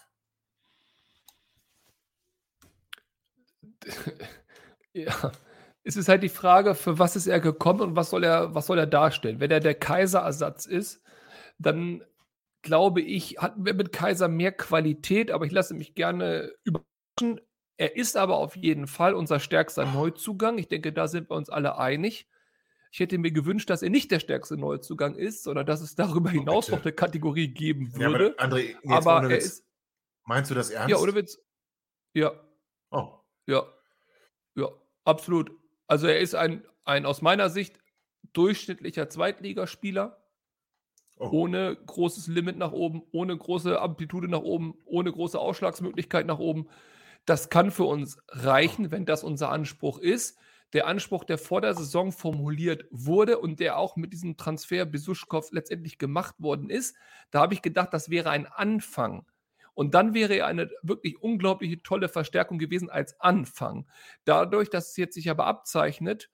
Ja, es ist halt die Frage, für was ist er gekommen und was soll er darstellen? Wenn er der Kaiser-Ersatz ist, dann glaube ich, hatten wir mit Kaiser mehr Qualität, aber ich lasse mich gerne überraschen. Er ist aber auf jeden Fall unser stärkster Neuzugang. Ich denke, da sind wir uns alle einig. Ich hätte mir gewünscht, dass er nicht der stärkste Neuzugang ist, sondern dass es darüber hinaus bitte. noch eine Kategorie geben Ja, aber würde. André, jetzt Aber ohne er Witz. ist, Meinst du das ernst? ja, ohne Witz. Ja, Oh, ja, ja, absolut. Also er ist ein aus meiner Sicht durchschnittlicher Zweitligaspieler, oh. ohne großes Limit nach oben, ohne große Amplitude nach oben, ohne große Ausschlagsmöglichkeit nach oben. Das kann für uns reichen, wenn das unser Anspruch ist. Der Anspruch, der vor der Saison formuliert wurde und der auch mit diesem Transfer Besuschkow letztendlich gemacht worden ist, da habe ich gedacht, das wäre ein Anfang. Und dann wäre er eine wirklich unglaubliche, tolle Verstärkung gewesen als Anfang. Dadurch, dass es jetzt sich aber abzeichnet,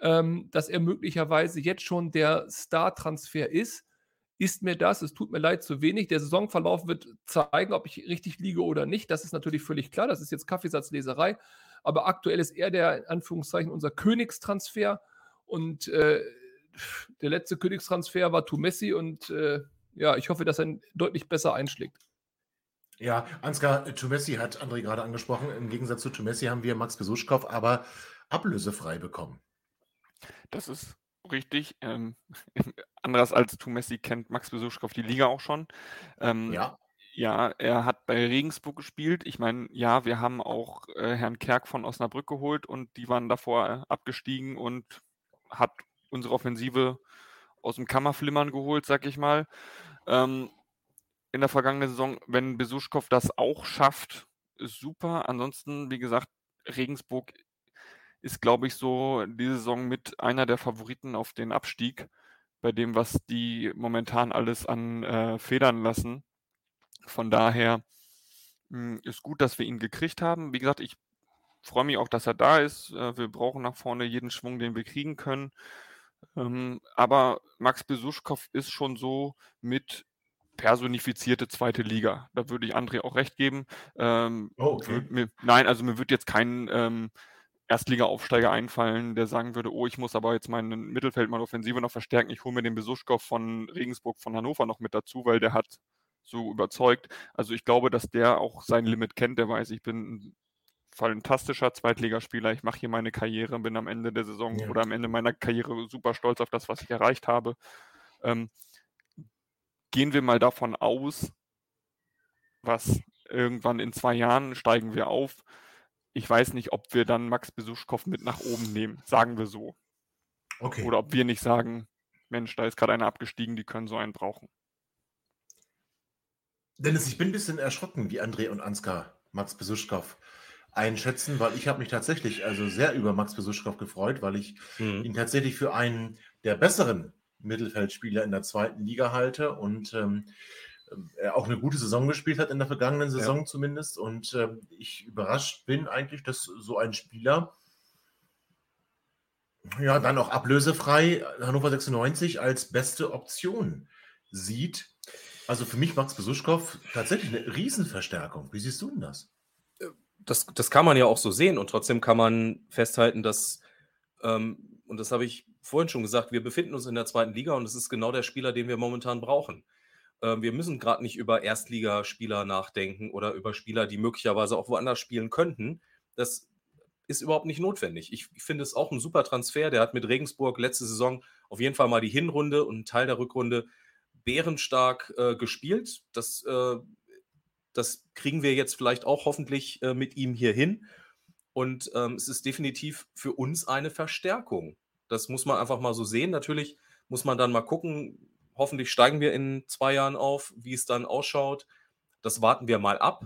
dass er möglicherweise jetzt schon der Star-Transfer ist. Ist mir das, es tut mir leid, zu wenig. Der Saisonverlauf wird zeigen, ob ich richtig liege oder nicht. Das ist natürlich völlig klar. Das ist jetzt Kaffeesatzleserei. Aber aktuell ist er der, in Anführungszeichen, unser Königstransfer. Und der letzte Königstransfer war Messi. Und ja, ich hoffe, dass er deutlich besser einschlägt. Ja, Ansgar, Messi hat André gerade angesprochen. Im Gegensatz zu Messi haben wir Max Besuschkow aber ablösefrei bekommen. Das ist richtig. Anders als Messi kennt Max Besuschkow die Liga auch schon. Ja. Ja, er hat bei Regensburg gespielt. Ich meine, ja, wir haben auch Herrn Kerk von Osnabrück geholt und die waren davor abgestiegen und hat unsere Offensive aus dem Kammerflimmern geholt, sag ich mal. In der vergangenen Saison, wenn Besuschkow das auch schafft, ist super. Ansonsten, wie gesagt, Regensburg ist, glaube ich, so diese Saison mit einer der Favoriten auf den Abstieg, bei dem, was die momentan alles an Federn lassen. Von daher ist gut, dass wir ihn gekriegt haben. Wie gesagt, ich freue mich auch, dass er da ist. Wir brauchen nach vorne jeden Schwung, den wir kriegen können. Aber Max Besuschkow ist schon so mit personifizierte zweite Liga. Da würde ich André auch recht geben. Okay. Nein, also mir wird jetzt kein Erstliga-Aufsteiger einfallen, der sagen würde, oh, ich muss aber jetzt mein Mittelfeld, meine Offensive noch verstärken. Ich hole mir den Besuschkow von Regensburg, von Hannover noch mit dazu, weil der hat so überzeugt. Also ich glaube, dass der auch sein Limit kennt. Der weiß, ich bin ein fantastischer Zweitligaspieler. Ich mache hier meine Karriere, bin am Ende der Saison oder am Ende meiner Karriere super stolz auf das, was ich erreicht habe. Gehen wir mal davon aus, was irgendwann in 2 Jahren steigen wir auf. Ich weiß nicht, ob wir dann Max Besuschkow mit nach oben nehmen, sagen wir so. Okay. Oder ob wir nicht sagen, Mensch, da ist gerade einer abgestiegen, die können so einen brauchen. Dennis, ich bin ein bisschen erschrocken, wie André und Ansgar Max Besuschkow einschätzen, weil ich habe mich tatsächlich also sehr über Max Besuschkow gefreut, weil ich ihn tatsächlich für einen der besseren Mittelfeldspieler in der zweiten Liga halte und er auch eine gute Saison gespielt hat in der vergangenen Saison zumindest und ich überrascht bin eigentlich, dass so ein Spieler ja dann auch ablösefrei Hannover 96 als beste Option sieht. Also für mich Max Besuschkow tatsächlich eine Riesenverstärkung. Wie siehst du denn das? Das kann man ja auch so sehen und trotzdem kann man festhalten, dass, und das habe ich vorhin schon gesagt, wir befinden uns in der zweiten Liga und es ist genau der Spieler, den wir momentan brauchen. Wir müssen gerade nicht über Erstligaspieler nachdenken oder über Spieler, die möglicherweise auch woanders spielen könnten. Das ist überhaupt nicht notwendig. Ich finde es auch ein super Transfer. Der hat mit Regensburg letzte Saison auf jeden Fall mal die Hinrunde und einen Teil der Rückrunde bärenstark gespielt. Das kriegen wir jetzt vielleicht auch hoffentlich mit ihm hier hin. Und es ist definitiv für uns eine Verstärkung. Das muss man einfach mal so sehen. Natürlich muss man dann mal gucken, hoffentlich steigen wir in 2 Jahren auf, wie es dann ausschaut. Das warten wir mal ab.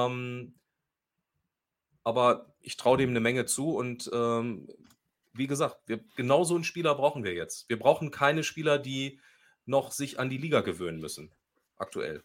Aber ich traue dem eine Menge zu und wie gesagt, genau so einen Spieler brauchen wir jetzt. Wir brauchen keine Spieler, die noch sich an die Liga gewöhnen müssen, aktuell.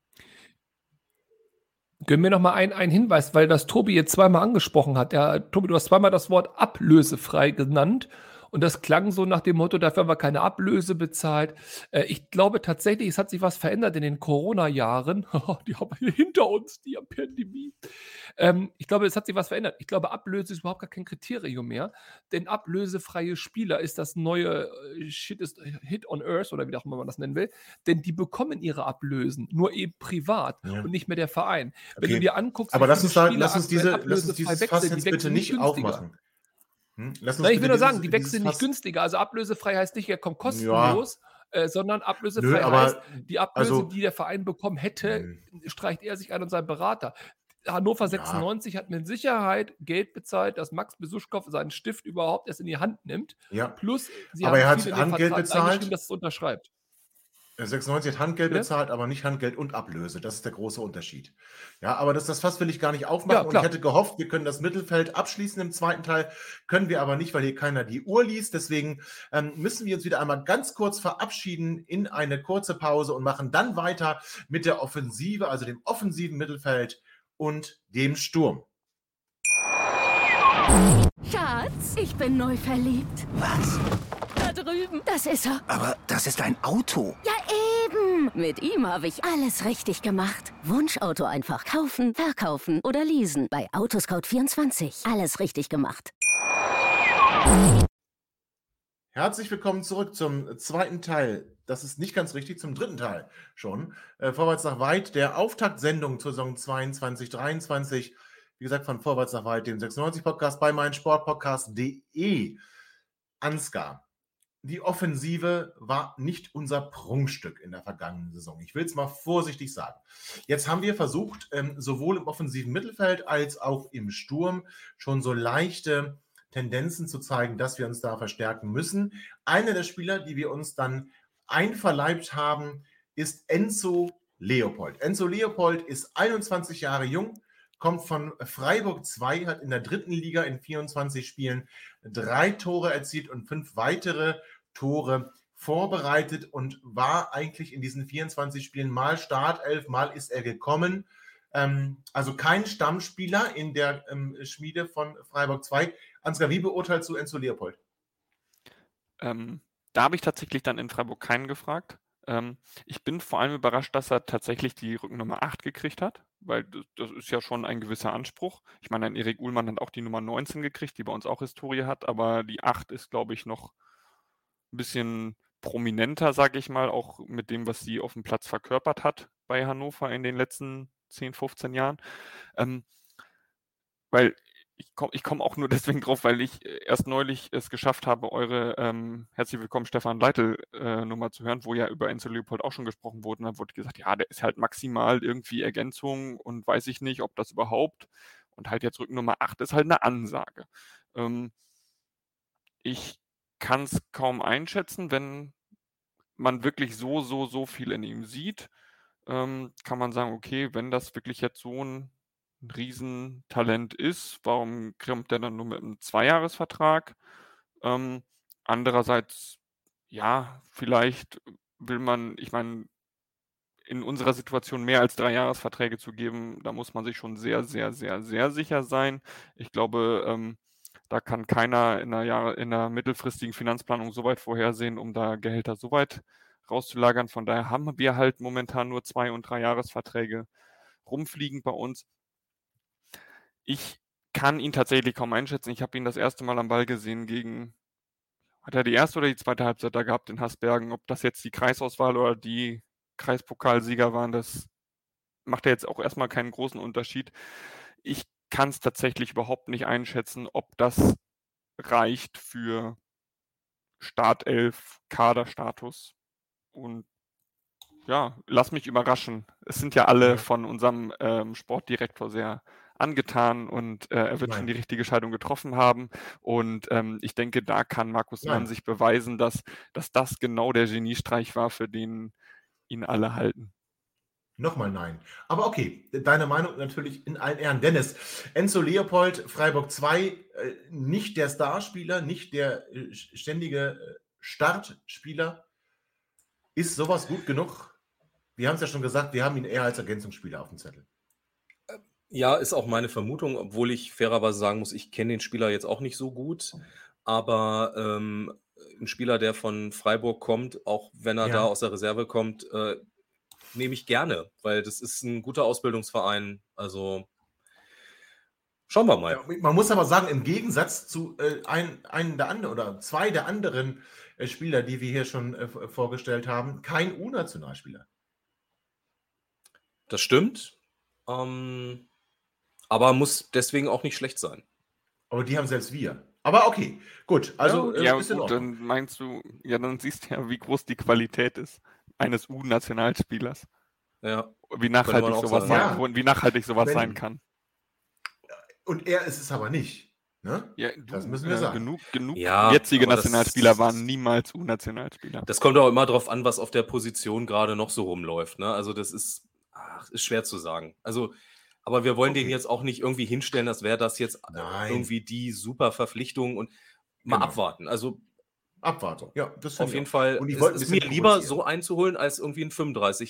Gönn mir noch mal einen Hinweis, weil das Tobi jetzt zweimal angesprochen hat. Tobi, du hast zweimal das Wort ablösefrei genannt. Und das klang so nach dem Motto, dafür haben wir keine Ablöse bezahlt. Ich glaube tatsächlich, es hat sich was verändert in den Corona-Jahren. Die haben wir hinter uns, die Pandemie. Ich glaube, es hat sich was verändert. Ich glaube, Ablöse ist überhaupt gar kein Kriterium mehr. Denn ablösefreie Spieler ist das neue Hit on Earth oder wie auch immer man das nennen will. Denn die bekommen ihre Ablösen, nur eben privat und nicht mehr der Verein. Wenn du dir anguckst, aber lass uns dieses Fass jetzt bitte nicht aufmachen. Ich will nur sagen, die wechseln nicht günstiger. Also ablösefrei heißt nicht, er kommt kostenlos, sondern ablösefrei heißt, die Ablöse, die der Verein bekommen hätte, streicht er sich ein und sein Berater. Hannover 96 hat mit Sicherheit Geld bezahlt, dass Max Besuschkow seinen Stift überhaupt erst in die Hand nimmt. Ja. Plus, sie aber haben er hat viel in den Handgeld Vertrag bezahlt. eingeschrieben, dass es unterschreibt. 96 hat Handgeld bezahlt, aber nicht Handgeld und Ablöse. Das ist der große Unterschied. Ja, aber das Fass will ich gar nicht aufmachen. Und ich hätte gehofft, wir können das Mittelfeld abschließen im zweiten Teil. Können wir aber nicht, weil hier keiner die Uhr liest. Deswegen müssen wir uns wieder einmal ganz kurz verabschieden in eine kurze Pause und machen dann weiter mit der Offensive, also dem offensiven Mittelfeld und dem Sturm. Schatz, ich bin neu verliebt. Was? Da drüben. Das ist er. Aber das ist ein Auto. Ja, eben. Mit ihm habe ich alles richtig gemacht. Wunschauto einfach kaufen, verkaufen oder leasen. Bei Autoscout24. Alles richtig gemacht. Herzlich willkommen zurück zum zweiten Teil. Das ist nicht ganz richtig, zum dritten Teil schon. Vorwärts nach weit, der Auftaktsendung zur Saison 22/23. Wie gesagt, von Vorwärts nach weit, dem 96-Podcast bei meinsportpodcast.de. Ansgar, die Offensive war nicht unser Prunkstück in der vergangenen Saison. Ich will es mal vorsichtig sagen. Jetzt haben wir versucht, sowohl im offensiven Mittelfeld als auch im Sturm schon so leichte Tendenzen zu zeigen, dass wir uns da verstärken müssen. Einer der Spieler, die wir uns dann einverleibt haben, ist Enzo Leopold. Enzo Leopold ist 21 Jahre jung, kommt von Freiburg 2, hat in der dritten Liga in 24 Spielen 3 Tore erzielt und 5 weitere Tore vorbereitet und war eigentlich in diesen 24 Spielen mal Startelf, mal ist er gekommen. Also kein Stammspieler in der Schmiede von Freiburg 2. Ansgar, wie beurteilst du Enzo Leopold? Da habe ich tatsächlich dann in Freiburg keinen gefragt. Ich bin vor allem überrascht, dass er tatsächlich die Rückennummer 8 gekriegt hat, weil das ist ja schon ein gewisser Anspruch. Ich meine, ein Erik Uhlmann hat auch die Nummer 19 gekriegt, die bei uns auch Historie hat, aber die 8 ist, glaube ich, noch ein bisschen prominenter, sage ich mal, auch mit dem, was sie auf dem Platz verkörpert hat bei Hannover in den letzten 10, 15 Jahren. Weil ich komm auch nur deswegen drauf, weil ich erst neulich es geschafft habe, eure Herzlich willkommen Stefan Leitl Nummer zu hören, wo ja über Enzo Leopold auch schon gesprochen wurde. Und dann wurde gesagt, ja, der ist halt maximal irgendwie Ergänzung und weiß ich nicht, ob das überhaupt. Und halt jetzt Rückennummer 8 ist halt eine Ansage. Ich kann es kaum einschätzen, wenn man wirklich so viel in ihm sieht, kann man sagen, okay, wenn das wirklich jetzt so ein Riesentalent ist, warum kommt der dann nur mit einem 2-Jahres-Vertrag? Andererseits, ja, vielleicht will man, ich meine, in unserer Situation mehr als 3-Jahres-Verträge zu geben, da muss man sich schon sehr, sehr, sehr, sehr sicher sein. Ich glaube, da kann keiner in einer mittelfristigen Finanzplanung so weit vorhersehen, um da Gehälter so weit rauszulagern. Von daher haben wir halt momentan nur 2- und 3-Jahres-Verträge rumfliegen bei uns. Ich kann ihn tatsächlich kaum einschätzen. Ich habe ihn das erste Mal am Ball gesehen hat er die erste oder die zweite Halbzeit da gehabt in Hasbergen? Ob das jetzt die Kreisauswahl oder die Kreispokalsieger waren, das macht ja jetzt auch erstmal keinen großen Unterschied. Ich kann es tatsächlich überhaupt nicht einschätzen, ob das reicht für Startelf, Kaderstatus. Und ja, lass mich überraschen. Es sind ja alle von unserem Sportdirektor sehr angetan und er wird schon die richtige Scheidung getroffen haben. Und ich denke, da kann Markus Mann sich beweisen, dass das genau der Geniestreich war, für den ihn alle halten. Nochmal nein. Aber okay, deine Meinung natürlich in allen Ehren. Dennis, Enzo Leopold, Freiburg 2, nicht der Starspieler, nicht der ständige Startspieler. Ist sowas gut genug? Wir haben es ja schon gesagt, wir haben ihn eher als Ergänzungsspieler auf dem Zettel. Ja, ist auch meine Vermutung, obwohl ich fairerweise sagen muss, ich kenne den Spieler jetzt auch nicht so gut. Aber ein Spieler, der von Freiburg kommt, auch wenn er da aus der Reserve kommt, nehme ich gerne, weil das ist ein guter Ausbildungsverein. Also schauen wir mal. Ja, man muss aber sagen, im Gegensatz zu einem der anderen oder 2 der anderen Spieler, die wir hier schon vorgestellt haben, kein U-Nationalspieler. Das stimmt. Aber muss deswegen auch nicht schlecht sein. Aber die haben selbst wir. Aber okay, gut. Also ist in Ordnung. Dann meinst du, dann siehst du ja, wie groß die Qualität ist eines U-Nationalspielers. Ja. Wie nachhaltig sowas sein kann. Und er ist es aber nicht. Ne? Ja, das müssen wir sagen. Genug jetzige Nationalspieler waren niemals U-Nationalspieler. Das kommt auch immer darauf an, was auf der Position gerade noch so rumläuft. Ne? Also das ist schwer zu sagen. Also, aber wir wollen den jetzt auch nicht irgendwie hinstellen, als wäre das jetzt irgendwie die super Verpflichtung und mal abwarten. Also Abwartung, ja, das auf jeden Fall. Und es ist mir lieber so einzuholen, als irgendwie einen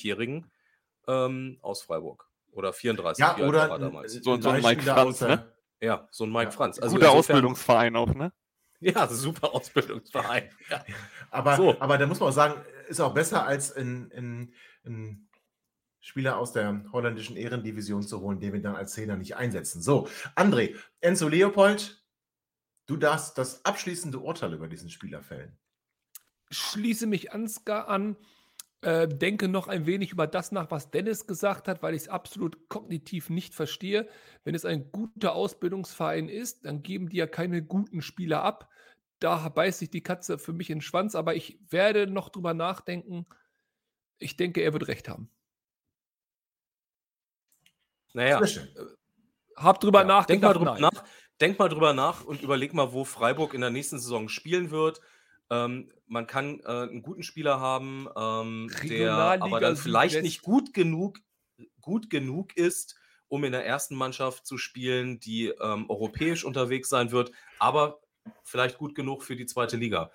35-Jährigen aus Freiburg. Oder 34. Ja, oder so ein Mike Franz, ne? Ja, so ein Mike Ja. Franz. Also Guter insofern, Ausbildungsverein auch, ne? ja, super Ausbildungsverein. Ja. Aber, So. aber da muss man auch sagen, ist auch besser als ein Spieler aus der holländischen Ehrendivision zu holen, den wir dann als Zehner nicht einsetzen. So, André, Enzo Leopold, du darfst das abschließende Urteil über diesen Spieler fällen. Schließe mich Ansgar an, denke noch ein wenig über das nach, was Dennis gesagt hat, weil ich es absolut kognitiv nicht verstehe. Wenn es ein guter Ausbildungsverein ist, dann geben die ja keine guten Spieler ab. Da beißt sich die Katze für mich in den Schwanz, aber ich werde noch drüber nachdenken. Ich denke, er wird recht haben. Naja, Sehr schön. Hab drüber ja. Denk nachgedacht. mal drüber nein. nach. Denk mal drüber nach und überleg mal, wo Freiburg in der nächsten Saison spielen wird. Man kann einen guten Spieler haben, der aber Regionalliga dann vielleicht Südwest. nicht gut genug ist, um in der ersten Mannschaft zu spielen, die europäisch unterwegs sein wird, aber vielleicht gut genug für die zweite Liga.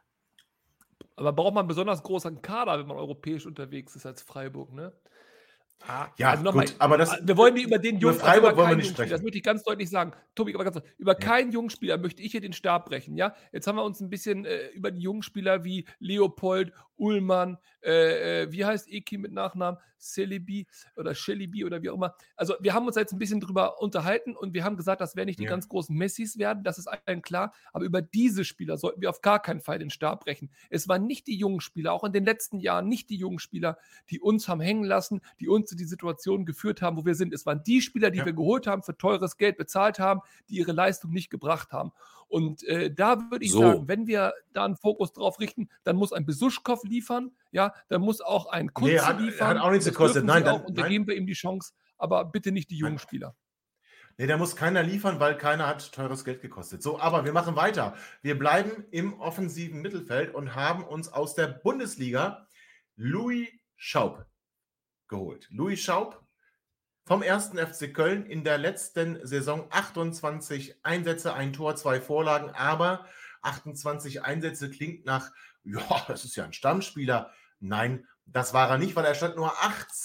Aber braucht man einen besonders großen Kader, wenn man europäisch unterwegs ist als Freiburg, ne? Ja, also nochmal, gut, aber das, wir wollen nicht über den über Jungen, Freiburg über wollen wir keinen nicht Jungspieler, sprechen. das möchte ich ganz deutlich sagen. Tobi, aber ganz deutlich, über keinen Jungspieler möchte ich hier den Stab brechen, ja? Jetzt haben wir uns ein bisschen über die Jungspieler wie Leopold, Ullmann, wie heißt Eki mit Nachnamen? Celebi oder Shelibi oder wie auch immer. Also wir haben uns jetzt ein bisschen drüber unterhalten und wir haben gesagt, das werden nicht die Ja. ganz großen Messis werden, das ist allen klar, aber über diese Spieler sollten wir auf gar keinen Fall den Stab brechen. Es waren nicht die jungen Spieler, auch in den letzten Jahren nicht die jungen Spieler, die uns haben hängen lassen, die uns in die Situation geführt haben, wo wir sind. Es waren die Spieler, die Ja. wir geholt haben, für teures Geld bezahlt haben, die ihre Leistung nicht gebracht haben. Und da würde ich So. sagen, wenn wir da einen Fokus drauf richten, dann muss ein Besuschkow liefern, ja, dann muss auch ein Kunze hat liefern. auch nichts Das gekostet. dürfen Nein, sie auch, dann- und da nein. geben wir ihm die Chance, aber bitte nicht die jungen Nein. Spieler. Nee, da muss keiner liefern, weil keiner hat teures Geld gekostet. So, aber wir machen weiter. Wir bleiben im offensiven Mittelfeld und haben uns aus der Bundesliga Louis Schaub geholt. Louis Schaub vom 1. FC Köln in der letzten Saison 28 Einsätze, ein Tor, 2 Vorlagen, aber 28 Einsätze klingt nach, ja, das ist ja ein Stammspieler. Nein, das war er nicht, weil er stand nur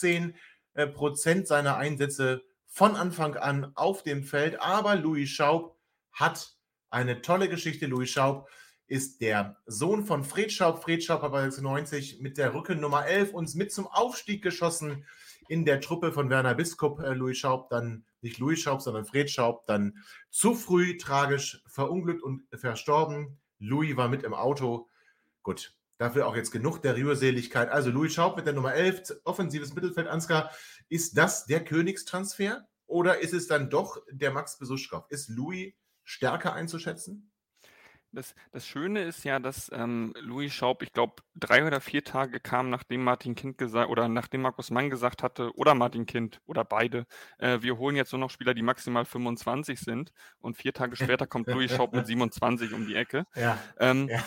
18% seiner Einsätze von Anfang an auf dem Feld. Aber Louis Schaub hat eine tolle Geschichte. Louis Schaub ist der Sohn von Fred Schaub. Fred Schaub hat bei 96 mit der Rückennummer 11 uns mit zum Aufstieg geschossen in der Truppe von Werner Biskup. Louis Schaub, dann nicht Louis Schaub, sondern Fred Schaub, dann zu früh tragisch verunglückt und verstorben. Louis war mit im Auto. Gut, dafür auch jetzt genug der Rührseligkeit. Also Louis Schaub mit der Nummer 11, offensives Mittelfeld. Ansgar, ist das der Königstransfer oder ist es dann doch der Max Besuschkow? Ist Louis stärker einzuschätzen? Das Schöne ist ja, dass Louis Schaub, ich glaube, 3 oder 4 Tage kam, nachdem Martin Kind gesagt oder nachdem Markus Mann gesagt hatte, oder Martin Kind oder beide, wir holen jetzt nur noch Spieler, die maximal 25 sind, und 4 Tage später kommt Louis Schaub mit 27 um die Ecke. Ja. Ja.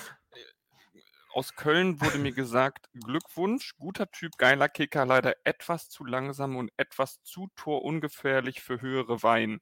Aus Köln wurde mir gesagt, Glückwunsch, guter Typ, geiler Kicker, leider etwas zu langsam und etwas zu torungefährlich für höhere Wein.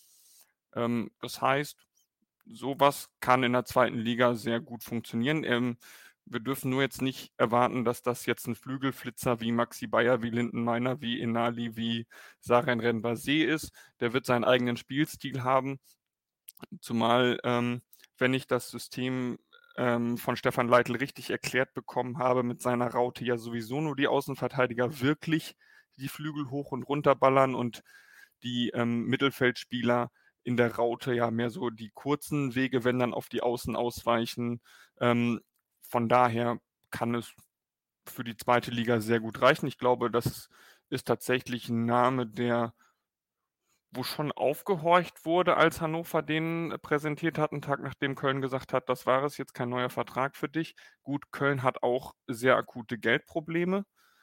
Das heißt, sowas kann in der zweiten Liga sehr gut funktionieren. Wir dürfen nur jetzt nicht erwarten, dass das jetzt ein Flügelflitzer wie Maxi Bayer, wie Lindenmeiner, wie Enali, wie Saren Renbase ist. Der wird seinen eigenen Spielstil haben. Zumal, wenn ich das System von Stefan Leitl richtig erklärt bekommen habe, mit seiner Raute ja sowieso nur die Außenverteidiger wirklich die Flügel hoch und runter ballern und die Mittelfeldspieler in der Raute ja mehr so die kurzen Wege, wenn dann auf die Außen ausweichen. Von daher kann es für die zweite Liga sehr gut reichen. Ich glaube, das ist tatsächlich ein Name, wo schon aufgehorcht wurde, als Hannover den präsentiert hat, einen Tag nachdem Köln gesagt hat, das war es, jetzt kein neuer Vertrag für dich. Gut, Köln hat auch sehr akute Geldprobleme.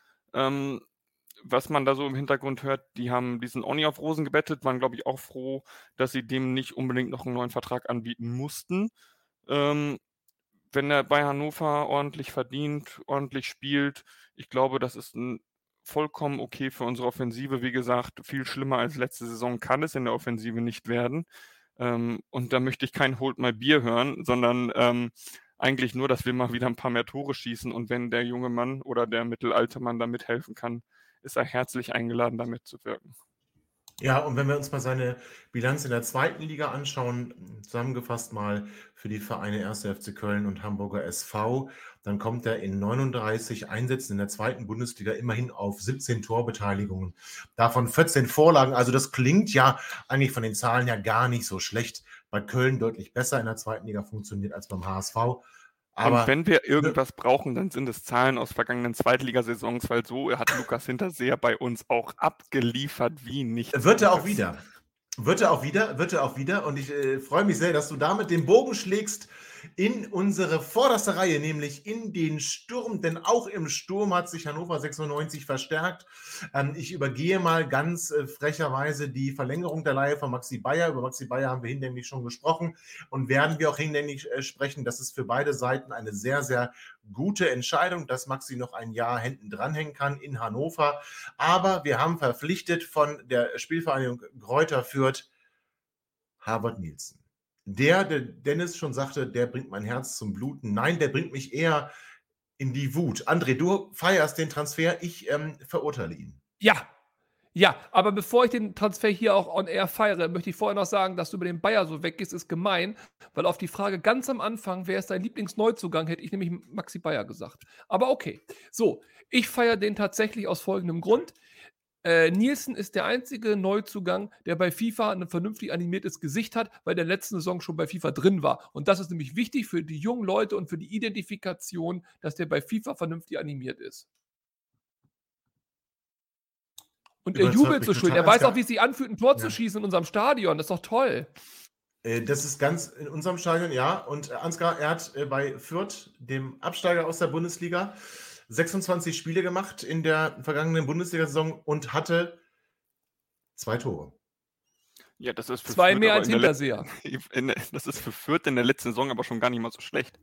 Was man da so im Hintergrund hört, die sind auch nicht auf Rosen gebettet, waren, glaube ich, auch froh, dass sie dem nicht unbedingt noch einen neuen Vertrag anbieten mussten. Wenn er bei Hannover ordentlich verdient, ordentlich spielt, ich glaube, das ist vollkommen okay für unsere Offensive. Wie gesagt, viel schlimmer als letzte Saison kann es in der Offensive nicht werden. Und da möchte ich kein Hold my Beer hören, sondern eigentlich nur, dass wir mal wieder ein paar mehr Tore schießen. Und wenn der junge Mann oder der mittelalte Mann da mithelfen kann, ist er herzlich eingeladen, da mitzuwirken. Ja, und wenn wir uns mal seine Bilanz in der zweiten Liga anschauen, zusammengefasst mal für die Vereine 1. FC Köln und Hamburger SV, dann kommt er in 39 Einsätzen in der zweiten Bundesliga immerhin auf 17 Torbeteiligungen, davon 14 Vorlagen. Also das klingt ja eigentlich von den Zahlen ja gar nicht so schlecht. Bei Köln deutlich besser in der zweiten Liga funktioniert als beim HSV. Und Aber wenn wir irgendwas brauchen, dann sind es Zahlen aus vergangenen Zweitligasaisons, weil so hat Lukas Hinterseher bei uns auch abgeliefert wie nichts wird er auch Gutes. wieder. Wird er auch wieder. Und ich freue mich sehr, dass du damit den Bogen schlägst in unsere vorderste Reihe, nämlich in den Sturm. Denn auch im Sturm hat sich Hannover 96 verstärkt. Ich übergehe mal ganz frecherweise die Verlängerung der Leihe von Maxi Bayer. Über Maxi Bayer haben wir hinlänglich schon gesprochen und werden wir auch hinlänglich sprechen. Das ist für beide Seiten eine sehr, sehr gute Entscheidung, dass Maxi noch ein Jahr hinten dranhängen kann in Hannover. Aber wir haben verpflichtet von der Spielvereinigung Greuther Fürth Harvard Nielsen. Der Dennis schon sagte, der bringt mein Herz zum Bluten. Nein, der bringt mich eher in die Wut. André, du feierst den Transfer, ich verurteile ihn. Ja, aber bevor ich den Transfer hier auch on air feiere, möchte ich vorher noch sagen, dass du über den Bayer so weggehst, ist gemein, weil auf die Frage ganz am Anfang, wer ist dein Lieblingsneuzugang, hätte ich nämlich Maxi Bayer gesagt. Aber okay. So, ich feiere den tatsächlich aus folgendem Grund. Nielsen ist der einzige Neuzugang, der bei FIFA ein vernünftig animiertes Gesicht hat, weil der letzten Saison schon bei FIFA drin war. Und das ist nämlich wichtig für die jungen Leute und für die Identifikation, dass der bei FIFA vernünftig animiert ist. Und er jubelt so schön. Er weiß auch, wie es sich anfühlt, ein Tor zu schießen in unserem Stadion. Das ist doch toll. Das ist ganz in unserem Stadion, ja. Und Ansgar, er hat bei Fürth, dem Absteiger aus der Bundesliga, 26 Spiele gemacht in der vergangenen Bundesliga-Saison und hatte 2 Tore. Ja, das ist für 2 Fürth mehr aber als in der Hinterseher. Das ist für Fürth in der letzten Saison aber schon gar nicht mal so schlecht.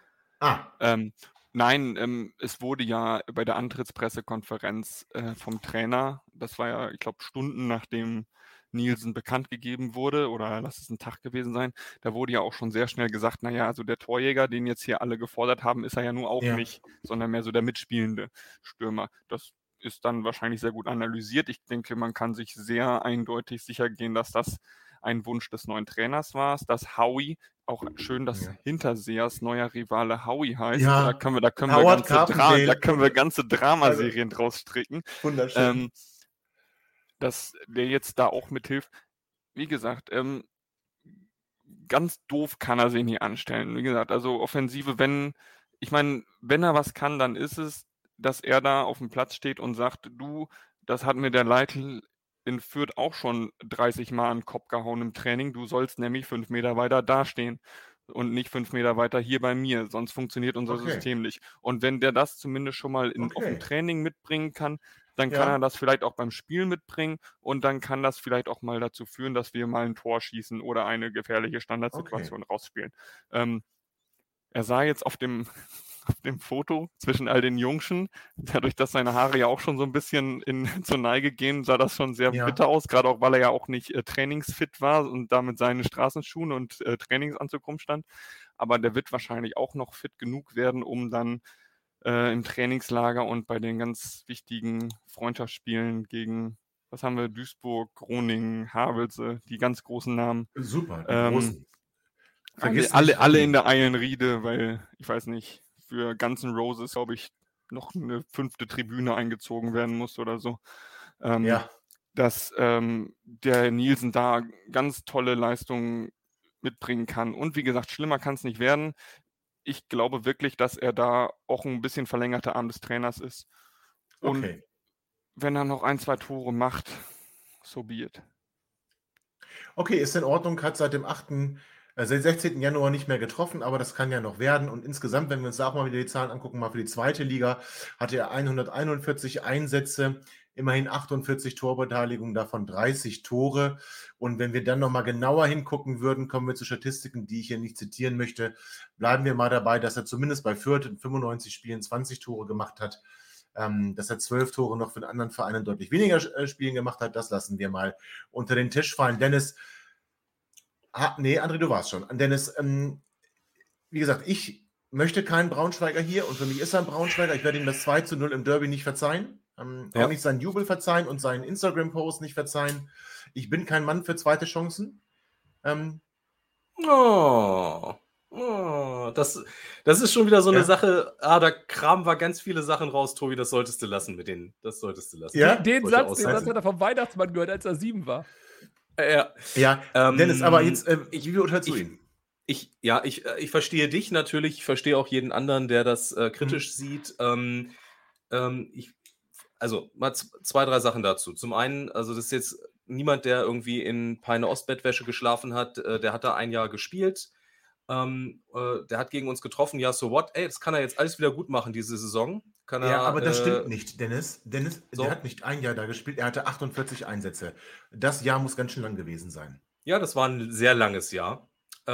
Nein, es wurde ja bei der Antrittspressekonferenz vom Trainer, das war ja, ich glaube, Stunden nachdem Nielsen bekannt gegeben wurde, oder lass es ein Tag gewesen sein, da wurde ja auch schon sehr schnell gesagt, naja, also der Torjäger, den jetzt hier alle gefordert haben, ist er ja nur auch nicht, sondern mehr so der mitspielende Stürmer. Das ist dann wahrscheinlich sehr gut analysiert. Ich denke, man kann sich sehr eindeutig sicher gehen, dass das ein Wunsch des neuen Trainers war, dass Howie, auch schön, dass Hintersehers neuer Rivale Howie heißt. Ja. Da können wir ganze Dramaserien draus stricken. Wunderschön. Dass der jetzt da auch mithilft. Wie gesagt, ganz doof kann er sich nicht anstellen. Wie gesagt, also Offensive, wenn er was kann, dann ist es, dass er da auf dem Platz steht und sagt, du, das hat mir der Leitl in Fürth auch schon 30 Mal an den Kopf gehauen im Training. Du sollst nämlich 5 Meter weiter dastehen und nicht 5 Meter weiter hier bei mir, sonst funktioniert unser System nicht. Und wenn der das zumindest schon mal auf dem Training mitbringen kann, dann kann er das vielleicht auch beim Spiel mitbringen und dann kann das vielleicht auch mal dazu führen, dass wir mal ein Tor schießen oder eine gefährliche Standardsituation rausspielen. Er sah jetzt auf dem Foto zwischen all den Jungschen, dadurch, dass seine Haare ja auch schon so ein bisschen zur Neige gehen, sah das schon sehr bitter aus, gerade auch, weil er ja auch nicht trainingsfit war und da mit seinen Straßenschuhen und Trainingsanzug rumstand. Aber der wird wahrscheinlich auch noch fit genug werden, um dann im Trainingslager und bei den ganz wichtigen Freundschaftsspielen gegen, was haben wir, Duisburg, Groningen, Havelse, die ganz großen Namen. Super, die großen. Alle in der Eilenriede, weil, ich weiß nicht, für Guns N' Roses, glaube ich, noch eine 5. Tribüne eingezogen werden muss oder so. Dass der Nielsen da ganz tolle Leistungen mitbringen kann. Und wie gesagt, schlimmer kann es nicht werden. Ich glaube wirklich, dass er da auch ein bisschen verlängerter Arm des Trainers ist. Und wenn er noch 1, 2 Tore macht, so be it. Okay, ist in Ordnung, hat seit dem 16. Januar nicht mehr getroffen, aber das kann ja noch werden. Und insgesamt, wenn wir uns da auch mal wieder die Zahlen angucken, mal für die zweite Liga, hatte er 141 Einsätze, immerhin 48 Torbeteiligungen, davon 30 Tore. Und wenn wir dann nochmal genauer hingucken würden, kommen wir zu Statistiken, die ich hier nicht zitieren möchte. Bleiben wir mal dabei, dass er zumindest bei Fürth in 95 Spielen 20 Tore gemacht hat, dass er 12 Tore noch für den anderen Vereinen deutlich weniger Spielen gemacht hat. Das lassen wir mal unter den Tisch fallen. Dennis, André, du warst schon. Dennis, wie gesagt, ich möchte keinen Braunschweiger hier und für mich ist er ein Braunschweiger. Ich werde ihm das 2:0 im Derby nicht verzeihen. Auch nicht seinen Jubel verzeihen und seinen Instagram-Post nicht verzeihen. Ich bin kein Mann für zweite Chancen. Das ist schon wieder so eine Sache. Da kramen wir ganz viele Sachen raus, Tobi. Das solltest du lassen mit denen. Das solltest du lassen. Ja? Den Satz hat er vom Weihnachtsmann gehört, als er 7 war. Ja, Dennis, aber jetzt, wie beurteilst du ihn? Ich verstehe dich natürlich. Ich verstehe auch jeden anderen, der das kritisch sieht. Also mal 2, 3 Sachen dazu. Zum einen, also das ist jetzt niemand, der irgendwie in Peine Ostbettwäsche geschlafen hat. Der hat da ein Jahr gespielt. Der hat gegen uns getroffen. Ja, so what? Ey, das kann er jetzt alles wieder gut machen, diese Saison. Aber das stimmt nicht, Dennis. So. Der hat nicht ein Jahr da gespielt. Er hatte 48 Einsätze. Das Jahr muss ganz schön lang gewesen sein. Ja, das war ein sehr langes Jahr.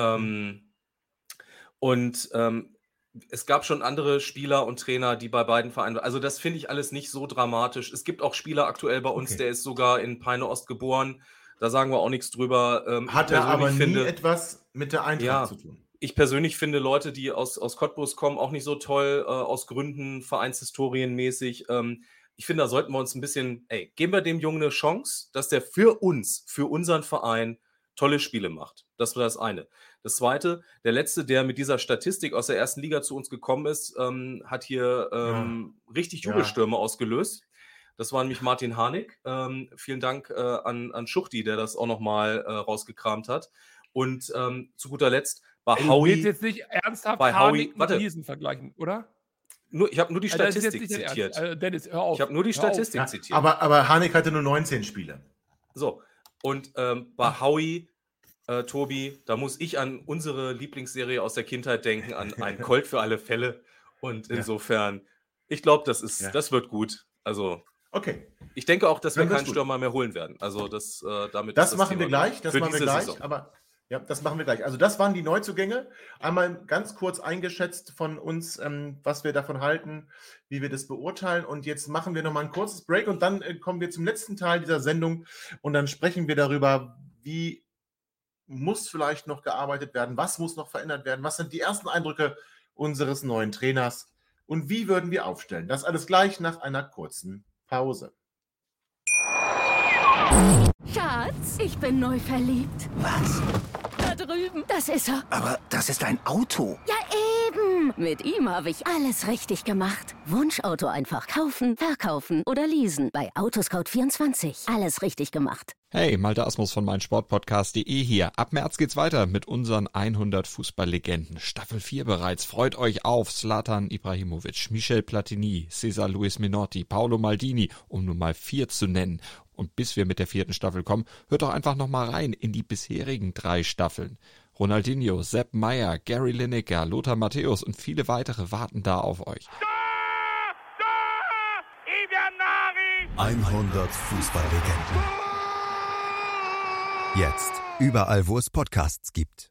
Es gab schon andere Spieler und Trainer, die bei beiden Vereinen waren. Also das finde ich alles nicht so dramatisch. Es gibt auch Spieler aktuell bei uns, der ist sogar in Peine Ost geboren. Da sagen wir auch nichts drüber. Hat er aber nie etwas mit der Eintracht zu tun? Ich persönlich finde Leute, die aus Cottbus kommen, auch nicht so toll, aus Gründen, vereinshistorienmäßig. Ich finde, da sollten wir uns ein bisschen, geben wir dem Jungen eine Chance, dass der für unseren Verein tolle Spiele macht. Das war das eine. Das zweite, der letzte, der mit dieser Statistik aus der ersten Liga zu uns gekommen ist, hat hier richtig Jubelstürme ausgelöst. Das war nämlich Martin Harnik. Vielen Dank an Schuchti, der das auch nochmal rausgekramt hat. Und zu guter Letzt, bei Howie... Du willst jetzt nicht ernsthaft Harnik mit Niesen vergleichen, oder? Ich habe nur die Statistik zitiert. Dennis, hör auf. Ich habe nur die Statistik zitiert. Aber Harnik hatte nur 19 Spiele. So, und bei Howie, Tobi, da muss ich an unsere Lieblingsserie aus der Kindheit denken, an ein Colt für alle Fälle. Und insofern, ich glaube, das wird gut. Also, ich denke auch, dass wir keinen Stürmer mehr holen werden. Also, das machen wir gleich. Das machen wir gleich. Aber das machen wir gleich. Also, das waren die Neuzugänge. Einmal ganz kurz eingeschätzt von uns, was wir davon halten, wie wir das beurteilen. Und jetzt machen wir nochmal ein kurzes Break und dann kommen wir zum letzten Teil dieser Sendung und dann sprechen wir darüber, wie muss vielleicht noch gearbeitet werden, was muss noch verändert werden, was sind die ersten Eindrücke unseres neuen Trainers und wie würden wir aufstellen. Das alles gleich nach einer kurzen Pause. Schatz, ich bin neu verliebt. Was? Da drüben. Das ist er. Aber das ist ein Auto. Ja, eben. Mit ihm habe ich alles richtig gemacht. Wunschauto einfach kaufen, verkaufen oder leasen. Bei Autoscout24. Alles richtig gemacht. Hey, Malte Asmus von meinsportpodcast.de hier. Ab März geht's weiter mit unseren 100 Fußballlegenden. Staffel 4 bereits. Freut euch auf Zlatan Ibrahimovic, Michel Platini, Cesar Luis Menotti, Paolo Maldini, um nur mal 4 zu nennen. Und bis wir mit der 4. Staffel kommen, hört doch einfach noch mal rein in die bisherigen 3 Staffeln. Ronaldinho, Sepp Maier, Gary Lineker, Lothar Matthäus und viele weitere warten da auf euch. 100 Fußballlegenden. Jetzt überall, wo es Podcasts gibt.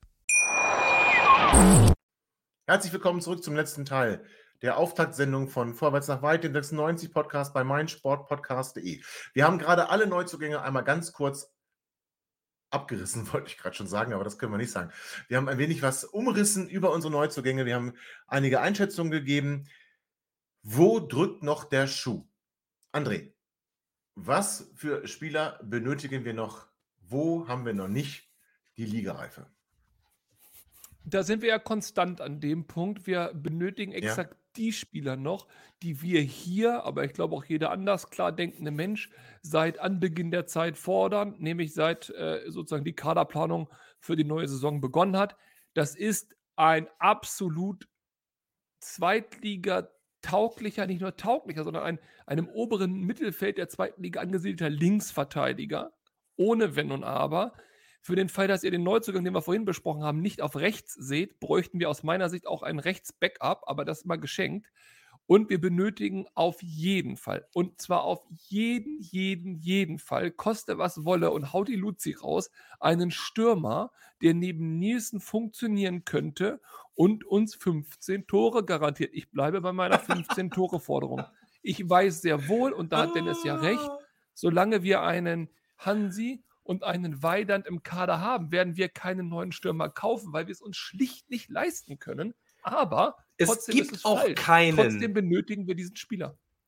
Herzlich willkommen zurück zum letzten Teil der Auftaktsendung von Vorwärts nach Weit, dem 96-Podcast bei meinsportpodcast.de. Wir haben gerade alle Neuzugänge einmal ganz kurz abgerissen, wollte ich gerade schon sagen, aber das können wir nicht sagen. Wir haben ein wenig was umrissen über unsere Neuzugänge. Wir haben einige Einschätzungen gegeben. Wo drückt noch der Schuh? André, was für Spieler benötigen wir noch? Wo haben wir noch nicht die Ligareife? Da sind wir ja konstant an dem Punkt. Wir benötigen exakt die Spieler noch, die wir hier, aber ich glaube auch jeder anders klar denkende Mensch, seit Anbeginn der Zeit fordern, nämlich seit sozusagen die Kaderplanung für die neue Saison begonnen hat. Das ist ein absolut Zweitliga-tauglicher, nicht nur tauglicher, sondern einem oberen Mittelfeld der zweiten Liga angesiedelter Linksverteidiger, ohne Wenn und Aber. Für den Fall, dass ihr den Neuzugang, den wir vorhin besprochen haben, nicht auf rechts seht, bräuchten wir aus meiner Sicht auch ein Rechts-Backup, aber das mal geschenkt. Und wir benötigen auf jeden Fall, und zwar auf jeden Fall, koste was wolle und haut die Luzi raus, einen Stürmer, der neben Nielsen funktionieren könnte und uns 15 Tore garantiert. Ich bleibe bei meiner 15-Tore-Forderung. Ich weiß sehr wohl, und da hat Dennis ja recht, solange wir einen Hansi und einen Weidand im Kader haben, werden wir keinen neuen Stürmer kaufen, weil wir es uns schlicht nicht leisten können. Aber trotzdem gibt ist es auch falsch. keinen. Trotzdem benötigen wir diesen Spieler.